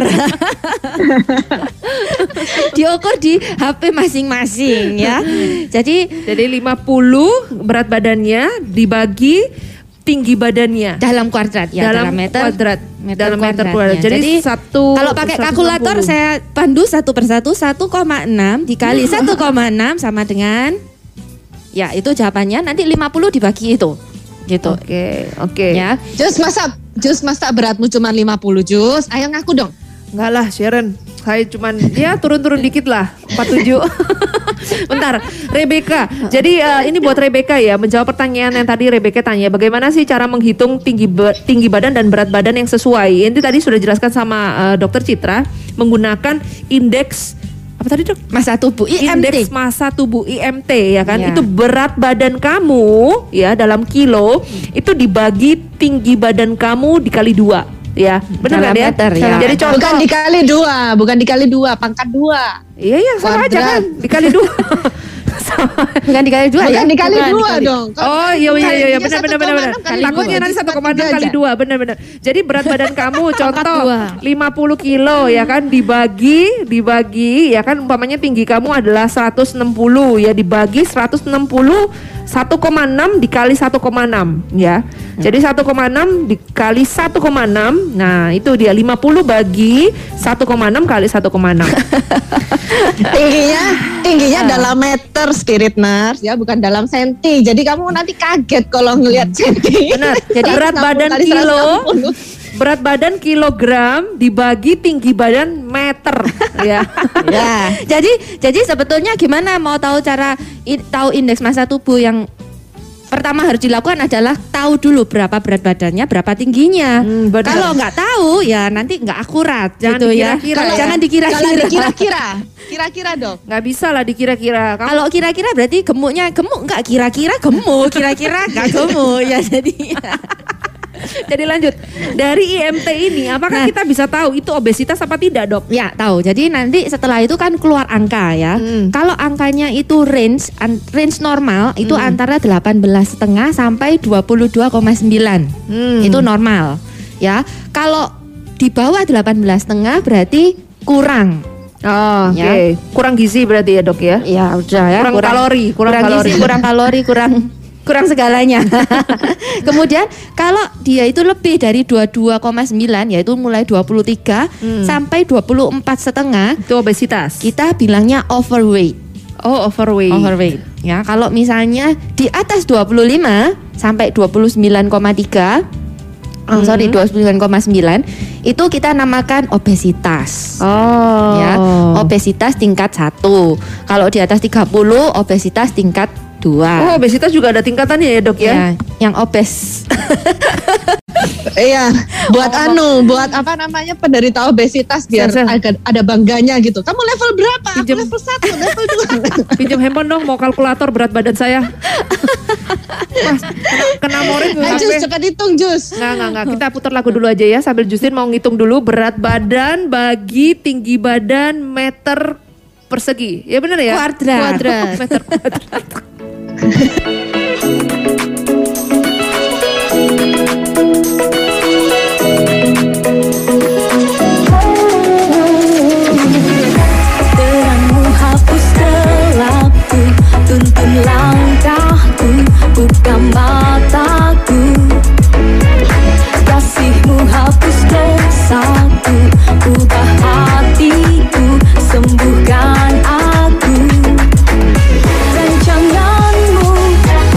Diukur di H P masing-masing ya. Jadi Jadi lima puluh berat badannya dibagi tinggi badannya dalam kuadrat ya, dalam, dalam meter kuadrat, meter dalam meter kuadratnya. kuadrat. Jadi, Jadi satu kalau pakai kalkulator saya pandu satu persatu satu koma enam dikali satu koma enam sama dengan ya itu jawabannya nanti lima puluh dibagi itu. Gitu. Oke, oke. Ya. Jus masa Jus masa beratmu cuma lima puluh Jus? Ayo ngaku dong. Enggak lah Sharon, saya cuman ya turun-turun dikit lah, empat puluh tujuh. Bentar, Rebecca. Jadi uh, ini buat Rebecca ya, menjawab pertanyaan yang tadi Rebecca tanya, bagaimana sih cara menghitung tinggi ba- tinggi badan dan berat badan yang sesuai? Ini tadi sudah dijelaskan sama uh, Dokter Citra menggunakan indeks apa tadi dok? Masa tubuh I M T. Indeks massa tubuh I M T ya kan, Ya. itu berat badan kamu ya dalam kilo itu dibagi tinggi badan kamu dikali dua ya, benar Dalam kan ya? meter, ya. Jadi contoh, Bukan dikali dua, bukan dikali dua, pangkat dua. iya iya sama aja Kuadrat. kan, dikali dua. Sama. Bukan dikali dua Bukan ya? dikali Bukan dua dikali. dong. Oh iya iya iya Kalinya benar benar benar benar. satu koma enam kali Takutnya dua, nanti jadi satu koma enam tiga kali aja. dua, benar benar. Jadi berat badan kamu contoh dua. lima puluh kilo ya kan, dibagi dibagi ya kan, umpamanya tinggi kamu adalah seratus enam puluh ya, dibagi seratus enam puluh satu koma enam dikali satu koma enam ya. Jadi satu koma enam dikali satu koma enam. Nah, itu dia lima puluh bagi satu koma enam kali satu koma enam. Tingginya, tingginya dalam meter Spirit Nurse ya, bukan dalam senti. Jadi kamu nanti kaget kalau ngelihat senti. Benar. Jadi berat seratus enam puluh badan kali kilo, seratus enam puluh. berat badan kilogram dibagi tinggi badan meter ya. Ya. Jadi jadi sebetulnya gimana mau tahu cara i- tahu indeks massa tubuh? Yang pertama harus dilakukan adalah tahu dulu berapa berat badannya, berapa tingginya. Hmm, benar. Kalau nggak tahu ya nanti nggak akurat Jangan gitu ya. dikira-kira Kalau ya. jangan Kalau dikira-kira. dikira-kira, kira-kira dong. Nggak bisa lah dikira-kira. Kamu Kalau kira-kira berarti gemuknya gemuk nggak kira-kira gemuk, kira-kira nggak gemuk ya jadi. jadi lanjut dari I M T ini, apakah Nah. kita bisa tahu itu obesitas apa tidak dok? Ya tahu. Jadi nanti setelah itu kan keluar angka ya. Hmm. Kalau angkanya itu range an- range normal itu Hmm. antara delapan belas koma lima sampai dua puluh dua koma sembilan. Hmm. Itu normal ya. Kalau di bawah delapan belas koma lima berarti kurang. Oh, oke. Ya. Kurang gizi berarti ya dok ya? Ya udah ya. Kurang kalori, kurang kalori. gizi, kurang kalori, kurang kurang segalanya. Kemudian kalau dia itu lebih dari dua puluh dua koma sembilan yaitu mulai dua puluh tiga Hmm. sampai dua puluh empat setengah, Itu obesitas. kita bilangnya overweight. Oh, overweight. Overweight. Ya, kalau misalnya di atas dua puluh lima sampai dua puluh sembilan koma tiga, oh, sorry dua puluh sembilan koma sembilan itu kita namakan obesitas. Oh. Ya, obesitas tingkat satu. Kalau di atas tiga puluh obesitas tingkat Oh, dua. obesitas juga ada tingkatannya ya dok ya? Ya, yang obes. Iya, buat anu, buat apa namanya penderita obesitas biar Sen, sen. agak ada bangganya gitu. Kamu level berapa? Aku Pinjem. level satu, level dua. Pinjam handphone dong, mau kalkulator berat badan saya. Mas, kena, kena morit tuh Ayo Jus, H P. cepat hitung Jus. Nggak, nggak, nggak. Kita putar lagu dulu aja ya. Sambil Justin mau ngitung dulu berat badan bagi tinggi badan meter persegi. Ya bener ya? Kuadrat. Kuadrat. Meter kuadrat. Terangmu hapus gelapku, tuntun langkahku, buka mataku. Kasihmu hapus dosaku, ubah hatiku, sembuhkan aku. Rancanganmu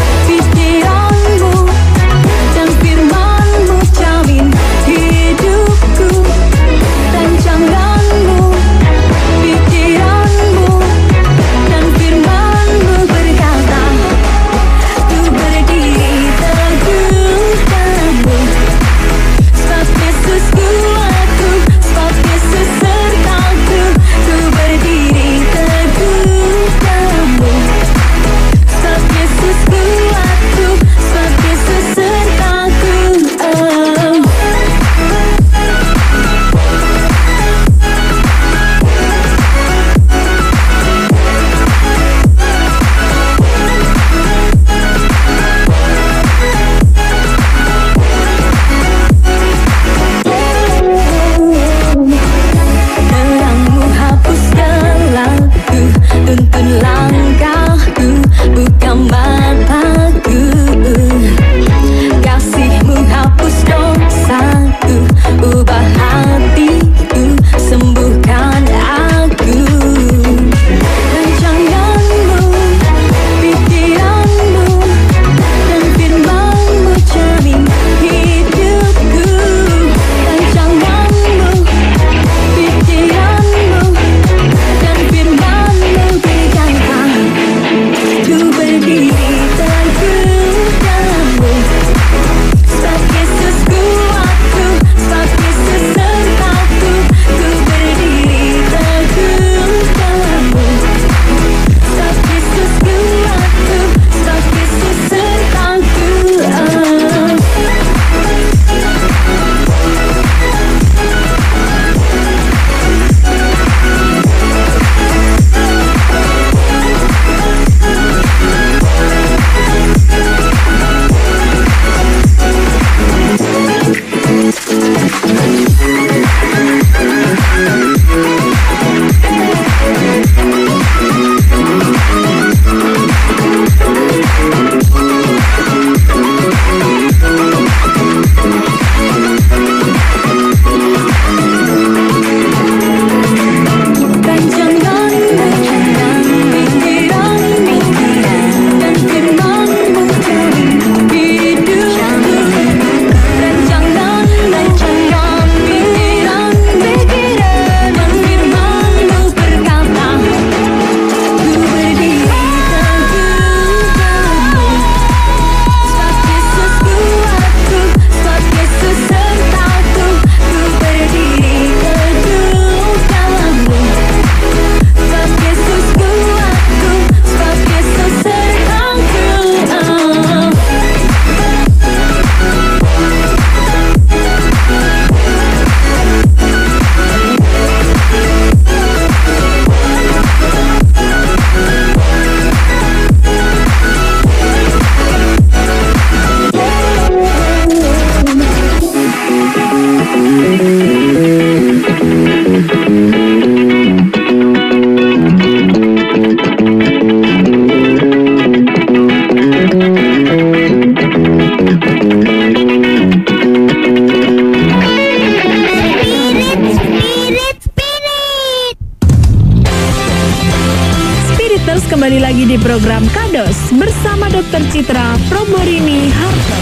di program Kados bersama dokter Citra Proborini Harto.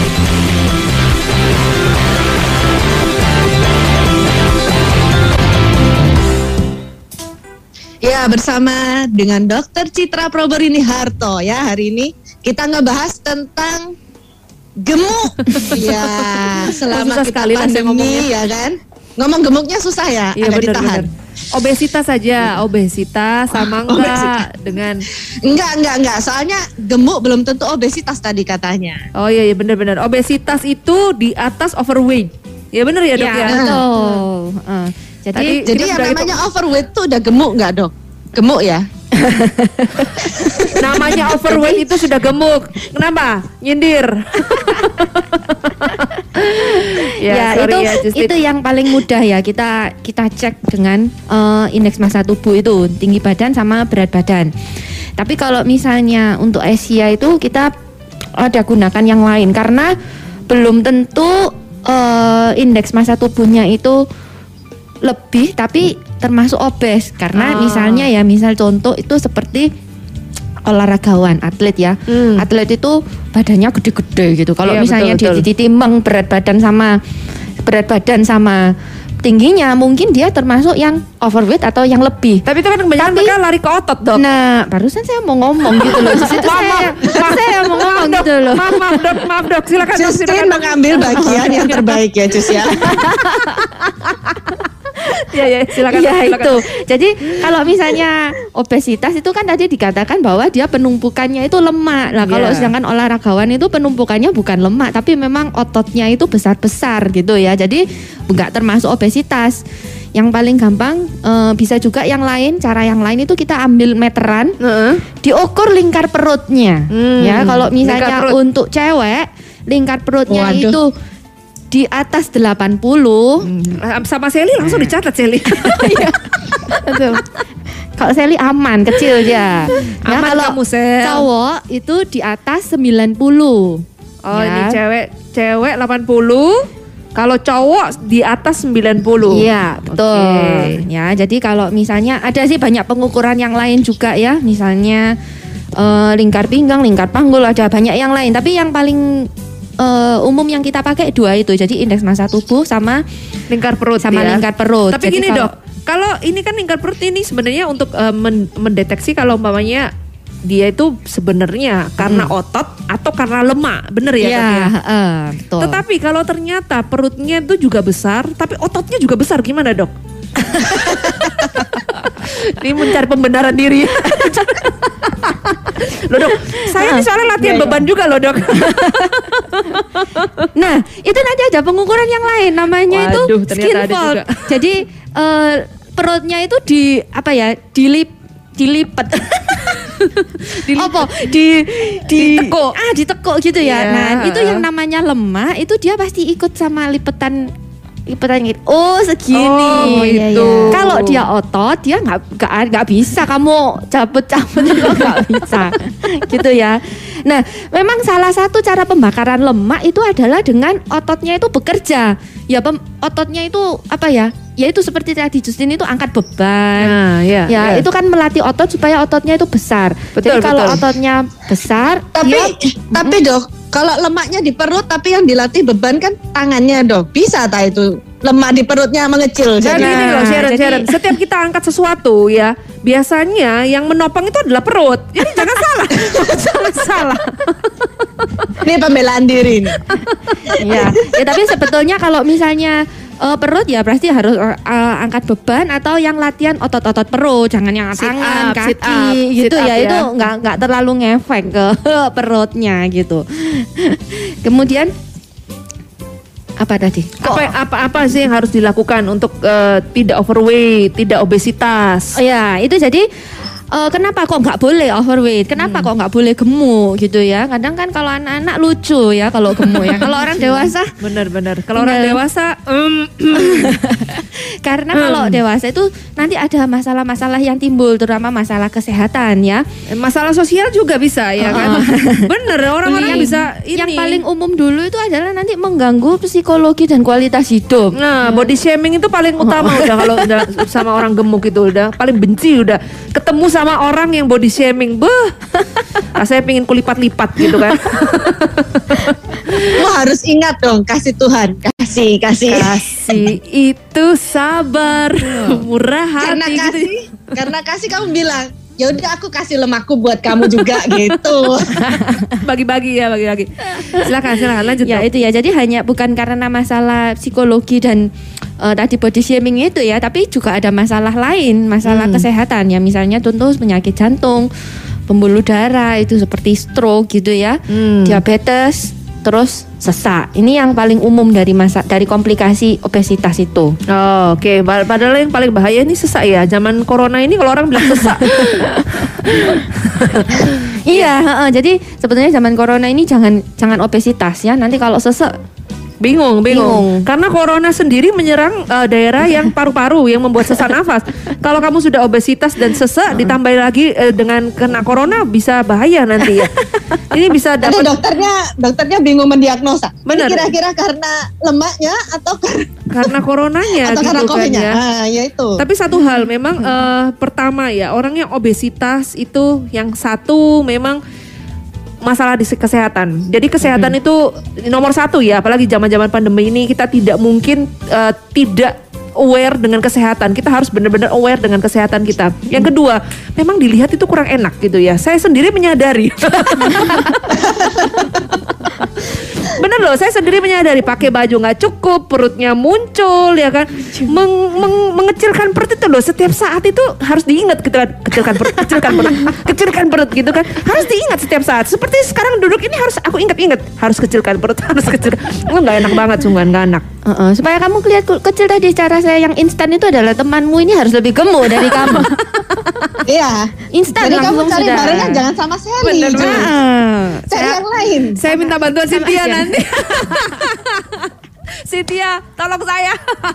Ya, bersama dengan dokter Citra Proborini Harto ya. Hari ini kita ngebahas tentang gemuk. Ya, selama Susah kita sekali lah saya ngomongnya. pandemi ya kan. Ngomong gemuknya susah ya, Iya agak benar ditahan. benar. Obesitas saja, obesitas sama enggak Obesitas. dengan Enggak, enggak, enggak. Soalnya gemuk belum tentu obesitas tadi katanya. oh iya iya benar-benar. Obesitas itu di atas overweight. Ya benar ya, Dok Ya, ya. betul. Eh, jadi Tadi- Jadi Kita yang sudah namanya overweight tuh udah gemuk nggak dok? Gemuk ya? Namanya overweight itu sudah gemuk. Kenapa? Nyindir. ya, sorry itu ya, Justin. itu yang paling mudah ya kita kita cek dengan eh, indeks massa tubuh itu tinggi badan sama berat badan. Tapi kalau misalnya untuk Asia itu kita ada gunakan yang lain karena belum tentu eh, indeks massa tubuhnya itu lebih tapi termasuk obes karena Ah. misalnya ya misal contoh itu seperti olahragawan atlet ya. Hmm. Atlet itu badannya gede-gede gitu. Kalau Iya, misalnya betul, betul. di- ditimbang berat badan sama berat badan sama tingginya, mungkin dia termasuk yang overweight atau yang lebih. Tapi itu kan kebanyakan Tapi- mereka lari ke otot, Dok. Nah, barusan saya mau ngomong gitu loh. Di situ saya, saya mau ngomong Dok. gitu loh. Maaf, maaf, Dok. Maaf, Dok. Silakan, Dok. Justin Silakan, Dok. mengambil bagian yang terbaik ya Jus ya. Iya, iya, silakan. Iya silakan. itu. Jadi kalau misalnya obesitas itu kan tadi dikatakan bahwa dia penumpukannya itu lemak. Nah kalau Iya. sedangkan olahragawan itu penumpukannya bukan lemak tapi memang ototnya itu besar-besar gitu ya. Jadi nggak termasuk obesitas. Yang paling gampang eh, bisa juga yang lain, cara yang lain itu kita ambil meteran, Heeh. diukur lingkar perutnya. Hmm, Ya kalau lingkar misalnya perut. untuk cewek lingkar perutnya Waduh. itu di atas delapan puluh. Ah, Sama Sally langsung dicatat, Sally. Aduh. Kalau Sally aman, kecil dia. Ya, Aman kalau kamu, Sel. cowok itu di atas sembilan puluh. Oh, Ya. ini cewek cewek delapan puluh. Kalau cowok di atas sembilan puluh. Iya, betul. Oke. Ya, jadi kalau misalnya ada sih banyak pengukuran yang lain juga ya, misalnya eh, lingkar pinggang, lingkar panggul, ada banyak yang lain. Tapi yang paling eh, umum yang kita pakai dua itu. Jadi indeks massa tubuh sama Lingkar perut sama ya. lingkar perut. Tapi Jadi gini, kalau- Dok. Kalau ini kan lingkar perut ini sebenarnya untuk eh, men- mendeteksi kalau umpamanya dia itu sebenarnya karena otot atau karena lemak. Bener ya, Iya, Dok ya? heeh, betul. Tetapi kalau ternyata perutnya itu juga besar, tapi ototnya juga besar, gimana, Dok? Ini mencari pembenaran diri. Loh, Dok, saya ini soalnya latihan Iya, iya. beban juga loh, Dok. Nah, itu nanti ada pengukuran yang lain namanya Waduh, itu ternyata skin ada fold. juga. Jadi eh, perutnya itu di apa ya? Dilip dilipet. Apa? Di di Ditekuk. Ah, ditekuk gitu ya. Iya, Nah, itu heeh. yang namanya lemak itu dia pasti ikut sama lipetan lipetan gitu. Oh, segini. Oh, Iya, gitu. iya. Kalau dia otot, dia nggak nggak nggak bisa kamu cabut-cabut juga nggak bisa. Gitu ya. Nah, memang salah satu cara pembakaran lemak itu adalah dengan ototnya itu bekerja. Ya, pem- ototnya itu apa ya? Ya itu seperti tadi Justin itu angkat beban. Nah, ya. Ya, itu kan melatih otot supaya ototnya itu besar. Betul, Jadi kalau betul. ototnya besar, Tapi dia tapi dok, kalau lemaknya di perut tapi yang dilatih beban kan tangannya dok. Bisa tak itu lemak di perutnya mengecil. Dan Jadi gini loh, Sharon, jadi- Sharon, setiap kita angkat sesuatu ya, biasanya yang menopang itu adalah perut. Jadi jangan salah, jangan salah. ini pembelaan diri nih. ya. Ya tapi sebetulnya kalau misalnya eh, perut ya pasti harus eh, angkat beban atau yang latihan otot-otot perut, jangan yang Sit tangan, up, sit kaki up, gitu sit up ya. ya. Itu nggak nggak terlalu ngefek ke perutnya gitu. Kemudian apa tadi? Apa, apa apa sih yang harus dilakukan untuk eh, tidak overweight, tidak obesitas? Oh ya, itu jadi eh, kenapa kok nggak boleh overweight? Kenapa kok nggak boleh gemuk gitu ya? Kadang kan kalau anak-anak lucu ya kalau gemuk ya. Kalau orang dewasa Benar-benar. Kalau orang Tinggal- dewasa, em, Karena Hmm. kalau dewasa itu nanti ada masalah-masalah yang timbul, terutama masalah kesehatan ya. Masalah sosial juga bisa ya kan. Bener, orang-orang Yang- bisa ini. Yang paling umum dulu itu adalah nanti mengganggu psikologi dan kualitas hidup. Nah, body shaming itu paling utama udah kalau udah sama orang gemuk itu udah paling benci udah ketemu sama orang yang body shaming. Beuh. Rasanya pengen kulipat-lipat gitu kan. Lo harus ingat dong, kasih Tuhan, kasih, kasih. Kasih itu sabar, murah Karena hati gitu. kasih, karena kasih kamu bilang, ya udah aku kasih lemakku buat kamu juga gitu. Bagi-bagi ya, bagi-bagi. Silakan, silakan lanjut. Ya Dok. itu ya, jadi hanya bukan karena masalah psikologi dan eh, tadi body shaming itu ya, tapi juga ada masalah lain, masalah kesehatan ya, misalnya contoh penyakit jantung, pembuluh darah itu seperti stroke gitu ya, Hmm. diabetes, terus sesak. Ini yang paling umum dari masa dari komplikasi obesitas itu. Oh, oke. Pad- Padahal yang paling bahaya ini sesak ya. Zaman corona ini kalau orang bilang sesak. Iya, heeh. Jadi sebetulnya zaman corona ini jangan jangan obesitas ya. Nanti kalau sesek Bingung, bingung. Bingung. Karena corona sendiri menyerang uh, daerah yang paru-paru yang membuat sesak nafas. Kalau kamu sudah obesitas dan sesak ditambah lagi uh, dengan kena corona bisa bahaya nanti ya. Ini bisa Nanti dapat dokternya, dokternya bingung mendiagnosa. Ini Benar. kira-kira karena lemaknya atau karena, karena coronanya atau karena gitu kan COVID-nya. ya. Ah, ya itu. Tapi satu hal memang eh, pertama ya, orang yang obesitas itu yang satu memang masalah di kesehatan. Jadi kesehatan itu nomor satu ya, apalagi zaman-zaman pandemi ini kita tidak mungkin eh, tidak aware dengan kesehatan. Kita harus benar-benar aware dengan kesehatan kita. Yang kedua, memang dilihat itu kurang enak gitu ya. Saya sendiri menyadari. Bener loh, saya sendiri menyadari pakai baju nggak cukup, perutnya muncul ya kan, Meng- meng- mengecilkan perut itu loh. Setiap saat itu harus diingat gitu kan, kecilkan perut, kecilkan perut, kecilkan perut gitu kan, harus diingat setiap saat. Seperti sekarang duduk ini harus aku ingat-ingat, harus kecilkan perut, harus kecil. Oh, nggak enak banget, sungguh nggak enak. Heeh, supaya kamu kelihatan ku- kecil tadi, cara saya yang instan itu adalah temanmu ini harus lebih gemuk dari kamu. Iya. Instan Jadi kamu langsung cari sudah. barangnya jangan sama Sally. Bener, jangan bener. Ah. cari yang lain. Saya minta bantuan Cynthia Aja. nanti. Cynthia, tolong saya.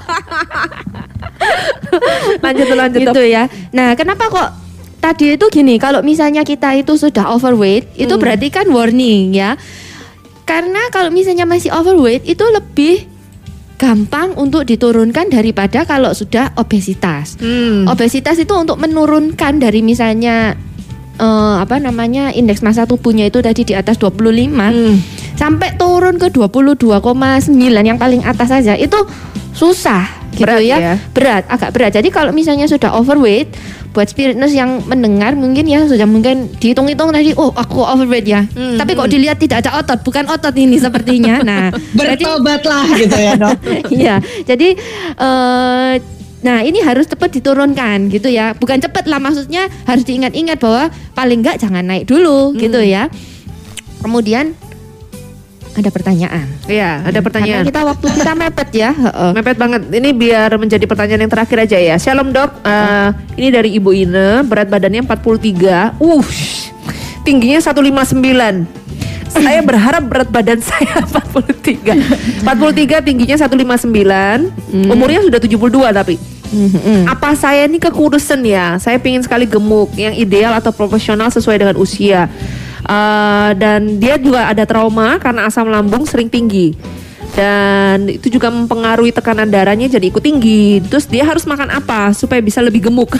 lanjut tuh, lanjut Gitu Dok. ya. Nah, kenapa kok tadi itu gini, kalau misalnya kita itu sudah overweight, itu Hmm. berarti kan warning ya. Karena kalau misalnya masih overweight itu lebih gampang untuk diturunkan daripada kalau sudah obesitas. Hmm. Obesitas itu untuk menurunkan dari misalnya eh, apa namanya indeks massa tubuhnya itu tadi di atas dua puluh lima Hmm. sampai turun ke dua puluh dua koma sembilan yang paling atas saja itu susah gitu Berat ya. ya. Berat, agak berat. Jadi kalau misalnya sudah overweight, buat spiritness yang mendengar mungkin ya sudah mungkin dihitung-hitung tadi, oh aku overweight ya. Hmm, Tapi kok dilihat tidak ada otot, bukan otot ini sepertinya. Nah, jadi Bertobatlah gitu ya dok. iya. Jadi eh nah ini harus cepat diturunkan gitu ya. Bukan cepat lah, maksudnya harus diingat-ingat bahwa paling enggak jangan naik dulu gitu ya. Kemudian ada pertanyaan. Iya, ada Karena pertanyaan. kita waktu kita mepet ya. heeh. Mepet banget. Ini biar menjadi pertanyaan yang terakhir aja ya. Shalom dok, Eh, ini dari Ibu Ine, berat badannya empat puluh tiga. Uh, tingginya seratus lima puluh sembilan. Saya berharap berat badan saya empat puluh tiga. empat puluh tiga tingginya seratus lima puluh sembilan. Umurnya sudah tujuh puluh dua tapi. Mhm. Apa saya ini kekurusan ya? Saya pingin sekali gemuk, yang ideal atau proporsional sesuai dengan usia. Eh, dan dia juga ada trauma karena asam lambung sering tinggi. Dan itu juga mempengaruhi tekanan darahnya jadi ikut tinggi. Terus dia harus makan apa supaya bisa lebih gemuk?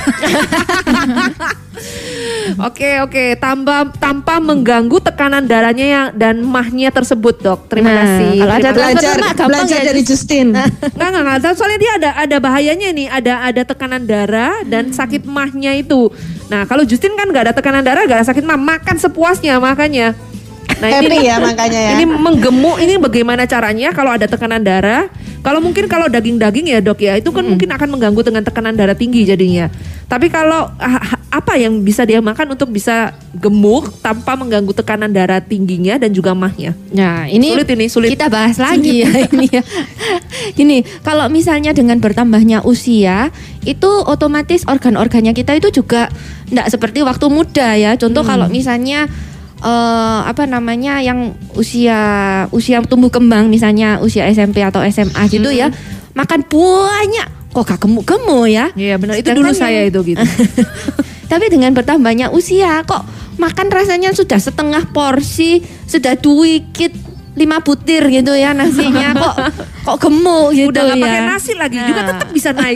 Oke oke, tanpa tanpa mengganggu tekanan darahnya yang dan mahnya tersebut dok. Terima Nah, kasih. kalau ada Terima kasih. Belajar, Transfer mah gampang belajar ya. dari Justin. Nggak, nggak, nggak. Soalnya dia ada ada bahayanya nih. Ada ada tekanan darah dan sakit mahnya itu. Nah kalau Justin kan nggak ada tekanan darah, nggak ada sakit mah, makan sepuasnya makanya. Nah Happy ya makanya ya. Ini menggemuk ini bagaimana caranya kalau ada tekanan darah? Kalau mungkin kalau daging-daging ya dok ya, itu kan mungkin akan mengganggu dengan tekanan darah tinggi jadinya. Tapi kalau ah, apa yang bisa dia makan untuk bisa gemuk tanpa mengganggu tekanan darah tingginya dan juga mahnya? Nah, ini Sulit ini, sulit. kita bahas lagi ya ini ya. Gini, kalau misalnya dengan bertambahnya usia, itu otomatis organ-organnya kita itu juga enggak seperti waktu muda ya. Contoh kalau misalnya eh, apa namanya yang usia usia tumbuh kembang, misalnya usia S M P atau S M A gitu ya, makan banyak kok gak gemuk-gemuk ya. Iya benar, itu dulu Sedangkan saya yang- itu gitu. Tapi dengan bertambahnya usia kok makan rasanya sudah setengah porsi, sudah duikit lima butir gitu ya nasinya kok kok gemuk gitu Udah gak ya. pakai nasi lagi Nah. juga tetap bisa naik.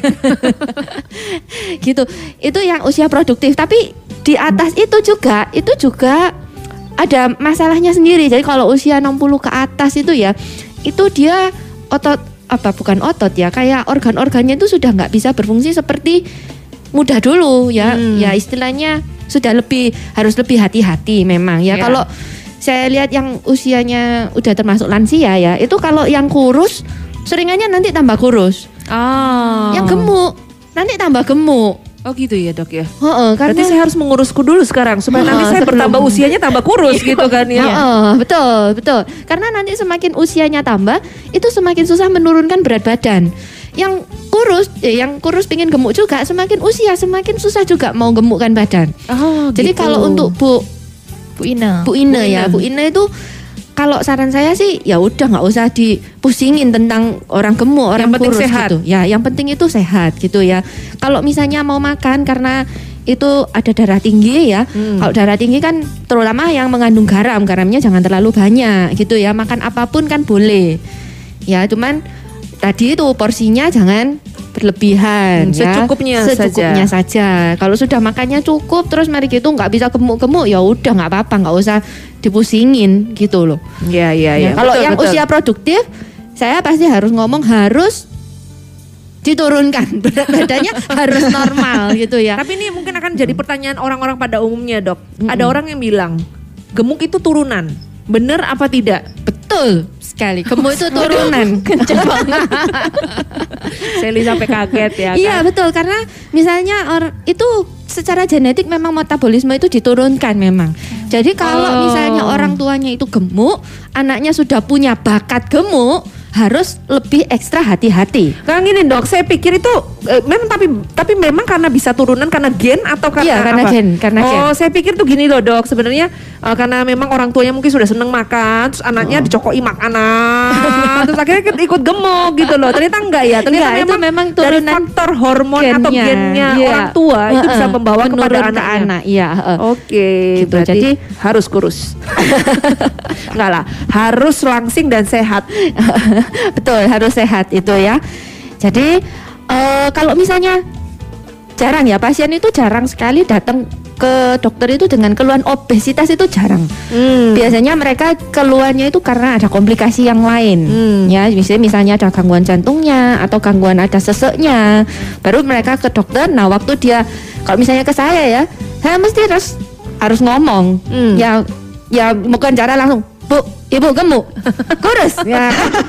Gitu. Itu yang usia produktif. Tapi di atas itu juga itu juga ada masalahnya sendiri. Jadi kalau usia enam puluh ke atas itu ya, itu dia otot apa bukan otot ya, kayak organ-organnya itu sudah nggak bisa berfungsi seperti muda dulu ya. Hmm. Ya istilahnya sudah lebih harus lebih hati-hati memang ya. Ya. Kalau saya lihat yang usianya udah termasuk lansia ya, itu kalau yang kurus seringannya nanti tambah kurus. Oh. Yang gemuk nanti tambah gemuk. Oh gitu ya dok ya. Heeh, karena Berarti saya harus mengurusku dulu sekarang supaya nanti Heeh, saya sebelum- bertambah usianya tambah kurus gitu kan ya. Heeh, betul, betul. Karena nanti semakin usianya tambah, itu semakin susah menurunkan berat badan. Yang kurus, eh, yang kurus pingin gemuk juga, semakin usia semakin susah juga mau gemukkan badan. Oh, Jadi gitu. kalau untuk Bu Bu Ina. Bu Ine Bu ya, Ine. Bu Ine itu kalau saran saya sih ya udah nggak usah dipusingin tentang orang gemuk, orang penting kurus sehat. gitu. Ya, yang penting itu sehat gitu ya. Kalau misalnya mau makan karena itu ada darah tinggi ya. Hmm. Kalau darah tinggi kan terutama yang mengandung garam, garamnya jangan terlalu banyak gitu ya. Makan apapun kan boleh. Ya, cuman tadi itu porsinya jangan berlebihan Hmm, ya. secukupnya secukupnya saja. Kalau sudah makannya cukup terus mari gitu nggak bisa gemuk-gemuk ya udah nggak apa-apa, nggak usah dipusingin gitu loh. Iya iya iya. Ya, kalau Betul, yang betul. usia produktif saya pasti harus ngomong harus diturunkan berat badannya harus normal gitu ya. Tapi ini mungkin akan jadi pertanyaan orang-orang pada umumnya dok. Ada orang yang bilang gemuk itu turunan. Bener apa tidak? Betul sekali. Gemuk itu turunan. Kenceng banget. Sally sampai kaget ya kan? Iya betul, karena misalnya or, itu secara genetik memang metabolisme itu diturunkan memang. Jadi kalau Oh. misalnya orang tuanya itu gemuk, anaknya sudah punya bakat gemuk, harus lebih ekstra hati-hati. Kang gini dok, saya pikir itu eh, memang tapi tapi memang karena bisa turunan karena gen atau karena Iya, karena apa? gen, karena gen. Oh, saya pikir tuh gini loh dok, sebenarnya eh, karena memang orang tuanya mungkin sudah seneng makan, terus anaknya dicokoi makanan, terus akhirnya ikut- ikut gemuk gitu loh. Ternyata enggak ya, ternyata Enggak, itu memang, memang dari turunan faktor hormon atau gennya. gennya Iya. orang tua itu bisa Heeh, membawa kepada menurun ke anaknya. anak. Iya, heeh. Oke, Gitu, berarti jadi- harus kurus. Enggak lah, harus langsing dan sehat. Betul, harus sehat itu ya. Jadi eh, kalau misalnya jarang ya, pasien itu jarang sekali datang ke dokter itu dengan keluhan obesitas, itu jarang. Hmm. Biasanya mereka keluhannya itu karena ada komplikasi yang lain. Hmm. Ya, misalnya misalnya ada gangguan jantungnya atau gangguan ada seseknya. Baru mereka ke dokter. Nah, waktu dia kalau misalnya ke saya ya, saya mesti harus harus ngomong. Hmm. Ya ya bukan cara langsung, "Bu, Ibu gemuk." Kurus. Ya.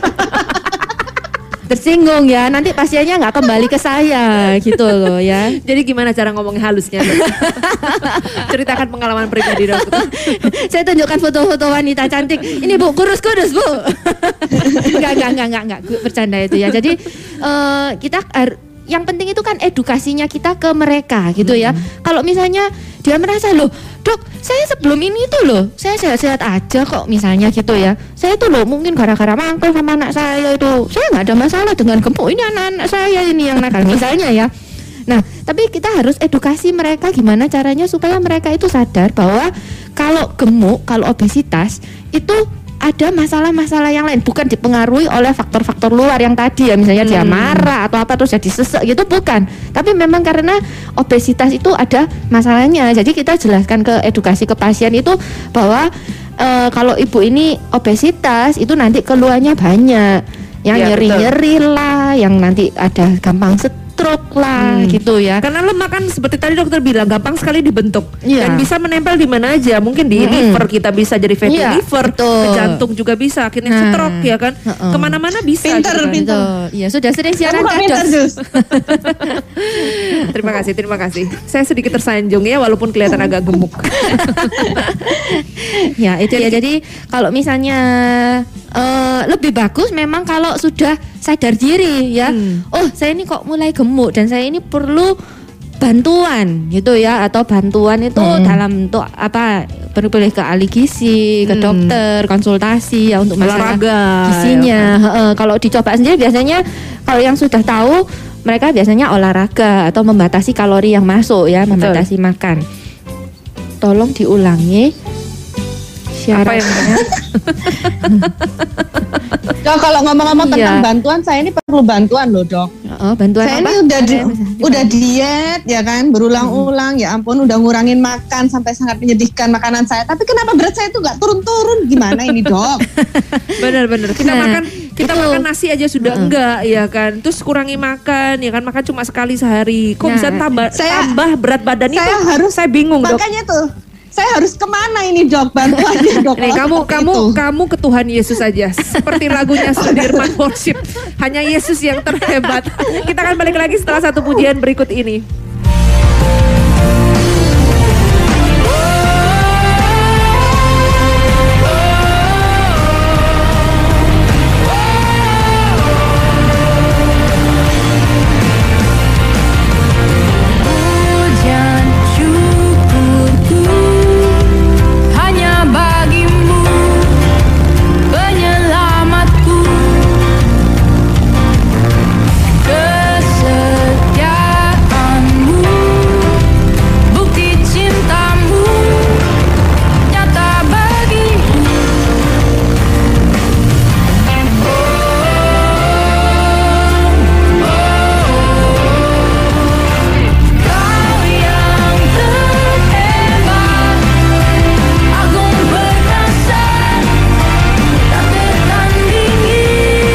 Tersinggung ya, nanti pasiennya nggak kembali ke saya gitu loh ya. Jadi gimana cara ngomongnya halusnya? Dok? Ceritakan pengalaman pribadi dok. Saya tunjukkan foto-foto wanita cantik. Ini Bu, kurus-kurus Bu. Enggak, enggak, enggak, enggak, enggak. Gue bercanda itu ya. Jadi eh, kita har- yang penting itu kan edukasinya kita ke mereka gitu ya. Kalau misalnya dia merasa loh, dok, saya sebelum ini tuh loh, saya sehat-sehat aja kok misalnya gitu ya. Saya tuh loh mungkin gara-gara mangkal sama anak saya itu, saya nggak ada masalah dengan gemuk. Ini anak-anak saya ini yang nakal misalnya ya. Nah, tapi kita harus edukasi mereka gimana caranya supaya mereka itu sadar bahwa kalau gemuk, kalau obesitas itu ada masalah-masalah yang lain, bukan dipengaruhi oleh faktor-faktor luar yang tadi ya, misalnya dia marah atau apa terus jadi sesek gitu, bukan. Tapi memang karena obesitas itu ada masalahnya. Jadi kita jelaskan ke edukasi ke pasien itu bahwa e, kalau ibu ini obesitas itu nanti keluhannya banyak. Yang Ya, nyeri-nyeri lah, yang nanti ada gampang stroke lah Hmm. gitu ya. Karena lemak kan seperti tadi dokter bilang gampang sekali dibentuk Iya. dan bisa menempel di mana aja. Mungkin di Mm-mm. liver kita bisa jadi fatty Iya, liver, betul. ke jantung juga bisa, akhirnya Nah, stroke ya kan. heeh. Kemana-mana bisa. Pinter, gitu kan. pinter. Gitu. Iya, sudah sering siaran Kamu kok pintar, kados. Jus? Terima kasih, terima kasih. Saya sedikit tersanjung ya walaupun kelihatan agak gemuk. Ya itu ya, jadi kalau misalnya eh, lebih bagus memang kalau sudah sadar diri ya. Hmm. Oh, saya ini kok mulai gemuk dan saya ini perlu bantuan gitu ya, atau bantuan itu Hmm. dalam bentuk apa, perlu boleh ke ahli gizi, ke Hmm. dokter, konsultasi ya untuk masalah Olahraga, gizinya. ya Heeh, kalau dicoba sendiri biasanya kalau yang sudah tahu mereka biasanya olahraga atau membatasi kalori yang masuk ya, membatasi makan. Tolong diulangi Apa yang syaratnya. Dok, kalau ngomong-ngomong Iya. tentang bantuan, saya ini perlu bantuan loh dok. Oh, bantuan Saya apa? ini udah Ada di- yang bisa- udah diet ya kan, berulang-ulang. Ya ampun, udah ngurangin makan sampai sangat menyedihkan makanan saya. Tapi kenapa berat saya tuh nggak turun-turun? Gimana ini dok? Bener-bener kita Nah, makan kita itu. makan nasi aja sudah enggak ya kan, terus kurangi makan ya kan, makan cuma sekali sehari, kok Nah, bisa tambah saya- tambah berat badan itu saya harus- saya bingung dok. Makanya tuh, saya harus kemana ini dok bantuannya dok? Nih kalau kamu seperti kamu itu? kamu ke Tuhan Yesus aja, seperti lagunya Sudirman Worship, hanya Yesus yang terhebat. Kita akan balik lagi setelah satu pujian berikut ini. Pujian syukurku hanya bagimu, penyelamatku. Kesetiaanmu, bukti cintamu nyata bagiku. Kau yang terhebat, agung perkasa, tak tertandingi.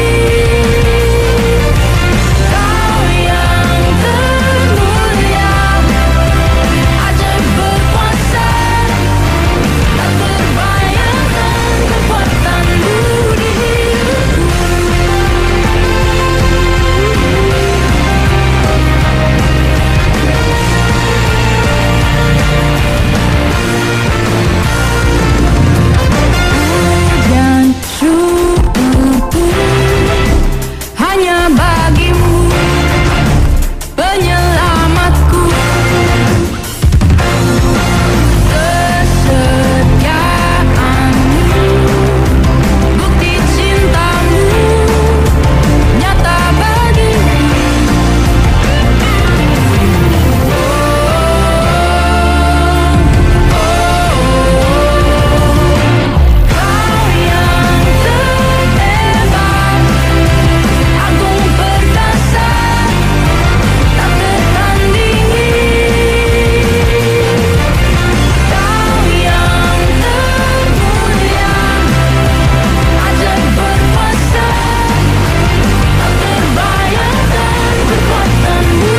Kau yang termulia, ajaib berkuasa, tak terbayangkan kekuatanmu di hidupku. Dan syukurku hanya bagimu, penyelamatku. Kesetiaanmu, bukti cintamu nyata bagiku. Kau yang terhebat, agung perkasa, tak tertandingi. Kau yang termulia, ajaib berkuasa, tak terbayangkan kekuatanmu.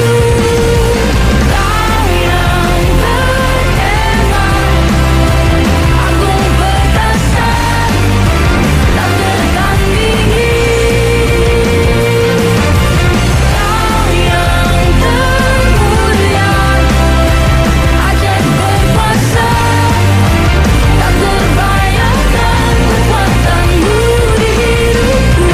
Kau yang terhebat, agung perkasa, tak tertandingi. Kau yang termulia, ajaib berkuasa, tak terbayangkan kekuatanmu di hidupku.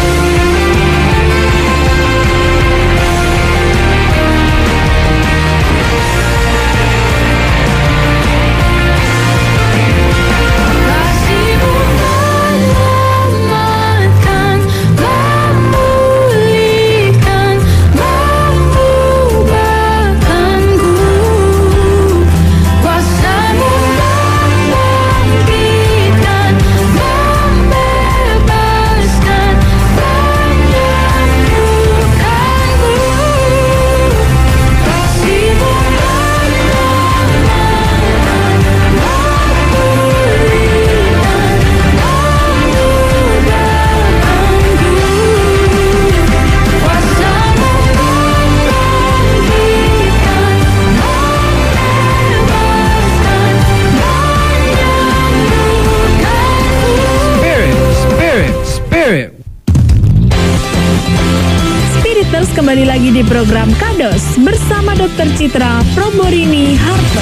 Kasih-Mu menyelamatkan, memulihkan, mengubahkanku. Kuasa-Mu membangkitkan, membebaskan, menyembuhkanku. Kasih-Mu Spirit, spirit, spirit. Spiriters kembali lagi di program Kados bersama dokter Citra Proborini Harto.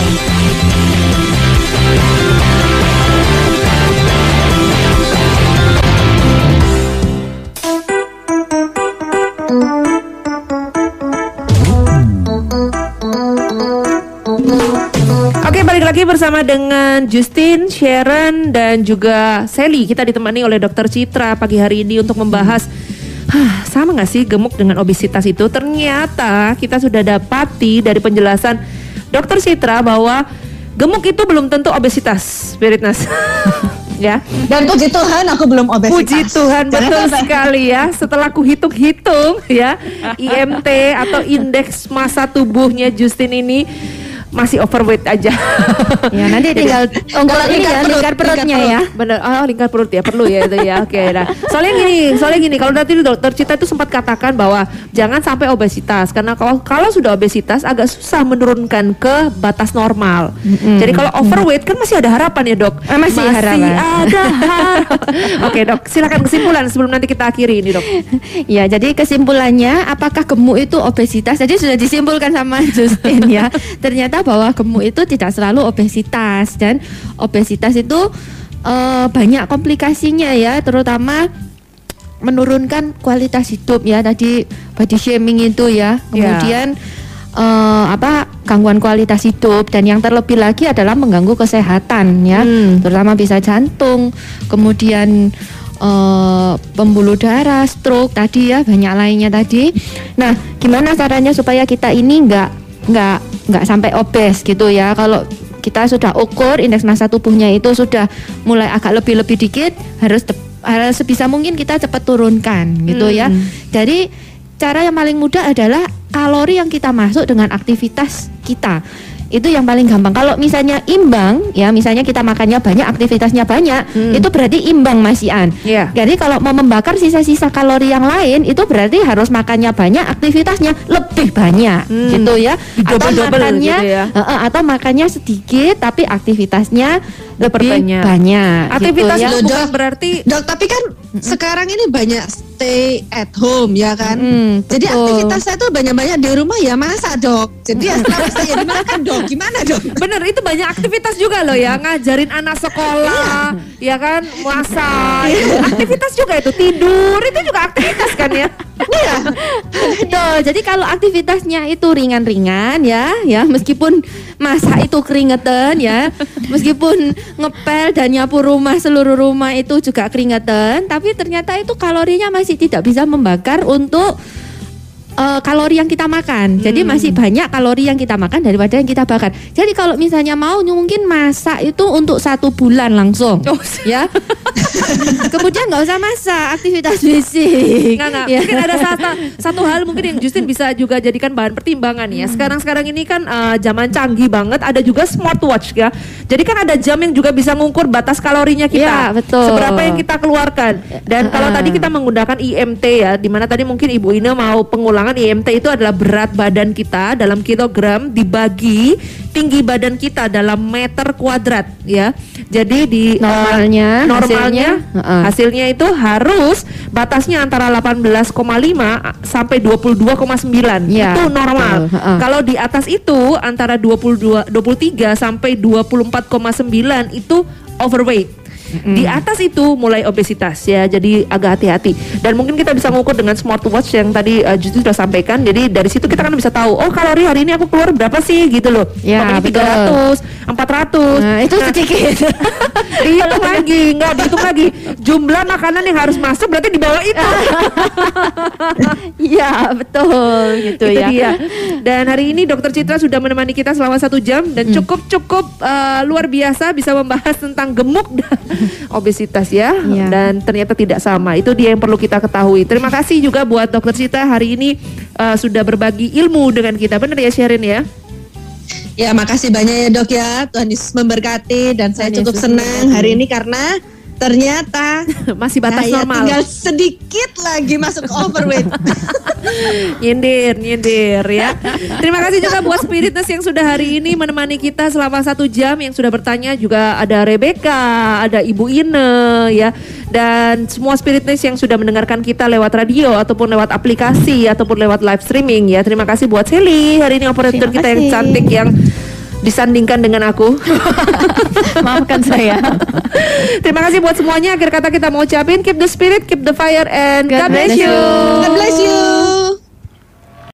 Oke, balik lagi bersama dengan Justin, Sharon, dan juga Sally. Kita ditemani oleh dokter Citra pagi hari ini untuk membahas Hah, sama gak sih gemuk dengan obesitas itu? Ternyata kita sudah dapati dari penjelasan Dokter Citra bahwa gemuk itu belum tentu obesitas, Spiritness. Ya. Dan puji Tuhan aku belum obesitas. Puji Tuhan, betul sekali ya. Setelah aku hitung-hitung ya, I M T atau indeks massa tubuhnya Justin ini masih overweight aja. Ya nanti tinggal ongkol ini ya, lingkar perutnya ya. Bener, oh lingkar perut ya, perlu ya itu ya. Oke, nah. Soalnya gini, soalnya gini, kalau nanti Dokter Citra itu sempat katakan bahwa jangan sampai obesitas karena kalau kalau sudah obesitas agak susah menurunkan ke batas normal. Mm-hmm. Jadi kalau overweight kan masih ada harapan ya, Dok. Eh, masih, masih harapan. ada harapan. Oke, Dok, silakan kesimpulan sebelum nanti kita akhiri ini, Dok. Ya, jadi kesimpulannya apakah gemuk itu obesitas? Jadi sudah disimpulkan sama Justin ya. Ternyata bahwa gemuk itu tidak selalu obesitas dan obesitas itu uh, banyak komplikasinya ya, terutama menurunkan kualitas hidup ya, tadi body shaming itu ya, kemudian yeah. uh, apa gangguan kualitas hidup dan yang terlebih lagi adalah mengganggu kesehatan ya, hmm. terutama bisa jantung, kemudian Uh, pembuluh darah, stroke tadi ya, banyak lainnya tadi. Nah, gimana caranya supaya kita ini nggak nggak nggak sampai obes gitu ya? Kalau kita sudah ukur indeks massa tubuhnya itu sudah mulai agak lebih-lebih dikit, harus harus sebisa mungkin kita cepat turunkan gitu hmm. ya. Jadi cara yang paling mudah adalah kalori yang kita masuk dengan aktivitas kita. Itu yang paling gampang. Kalau misalnya imbang, ya misalnya kita makannya banyak, aktivitasnya banyak, hmm. itu berarti imbang Mas Ian. Yeah. Jadi kalau mau membakar sisa-sisa kalori yang lain, itu berarti harus makannya banyak, aktivitasnya lebih banyak, hmm. gitu ya. Atau makannya, gitu ya. uh, atau makannya sedikit, tapi aktivitasnya lebih banyak. banyak Aktivitas gitu, ya. bukan berarti. Dok, tapi kan mm-hmm. sekarang ini banyak stay at home ya kan. Mm, Jadi aktivitas saya tuh banyak-banyak di rumah ya, masak Dok. Jadi ya setelah saya dimakan Dok, gimana Dok? Bener, itu banyak aktivitas juga loh ya, ngajarin anak sekolah, ya kan, masak, itu aktivitas juga itu, tidur itu juga aktivitas kan ya. Iya. Betul. Jadi kalau aktivitasnya itu ringan-ringan ya, ya meskipun masak itu keringetan ya, meskipun ngepel dan nyapu rumah seluruh rumah itu juga keringetan, tapi ternyata itu kalorinya masih tidak bisa membakar untuk uh, kalori yang kita makan. Jadi Hmm. masih banyak kalori yang kita makan daripada yang kita bakar. Jadi kalau misalnya mau mungkin masak itu untuk satu bulan langsung, Oh, ya. Kemudian nggak usah masak, aktivitas fisik. Nggak, nggak. Ya. Mungkin ada satu, satu hal mungkin yang Justin bisa juga jadikan bahan pertimbangan ya. Sekarang-sekarang ini kan uh, zaman canggih banget, ada juga smartwatch ya. Jadi kan ada jam yang juga bisa mengukur batas kalorinya kita. Ya, betul. Seberapa yang kita keluarkan. Dan kalau Uh-uh. tadi kita menggunakan I M T ya, dimana tadi mungkin Ibu Ina mau pengulangan I M T itu adalah berat badan kita dalam kilogram dibagi tinggi badan kita dalam meter kuadrat ya. Jadi di uh, Normalnya, normalnya hasilnya, uh-uh. hasilnya itu harus batasnya antara delapan belas koma lima sampai dua puluh dua koma sembilan. Ya, Itu normal. betul, uh-uh. Kalau di atas itu antara dua puluh dua, dua puluh tiga sampai dua puluh empat koma sembilan itu overweight. Di atas itu mulai obesitas ya, jadi agak hati-hati. Dan mungkin kita bisa mengukur dengan smartwatch yang tadi uh, Justru sudah sampaikan. Jadi dari situ kita kan bisa tahu, oh kalori hari ini aku keluar berapa sih gitu loh. Ya, Pokoknya betul. tiga ratus, empat ratus. Nah, itu sedikit. Dihitung lagi, enggak dihitung lagi. Jumlah makanan yang harus masuk berarti di bawah itu. Iya betul gitu Itu ya. dia. Dan hari ini Dokter Citra sudah menemani kita selama satu jam dan cukup-cukup uh, luar biasa bisa membahas tentang gemuk dan obesitas ya. Iya. Dan ternyata tidak sama. Itu dia yang perlu kita ketahui. Terima kasih juga buat Dokter Citra hari ini uh, sudah berbagi ilmu dengan kita. Benar ya Sherin ya? Ya, makasih banyak ya Dok ya. Tuhan Yesus memberkati dan saya Tuhan cukup Yesus senang memberkati. hari ini karena ternyata Masih batas saya normal. tinggal sedikit lagi masuk overweight. Nyindir, nyindir ya. Terima kasih juga buat Spiritness yang sudah hari ini menemani kita selama satu jam. Yang sudah bertanya juga ada Rebecca, ada Ibu Ine ya. Dan semua Spiritness yang sudah mendengarkan kita lewat radio ataupun lewat aplikasi ataupun lewat live streaming ya. Terima kasih buat Sally hari ini operator Terima kita yang kasih. cantik yang disandingkan dengan aku. Maafkan saya. Terima kasih buat semuanya. Akhir kata kita mau ucapin keep the spirit, keep the fire, and God, God bless bless you. you. God bless you.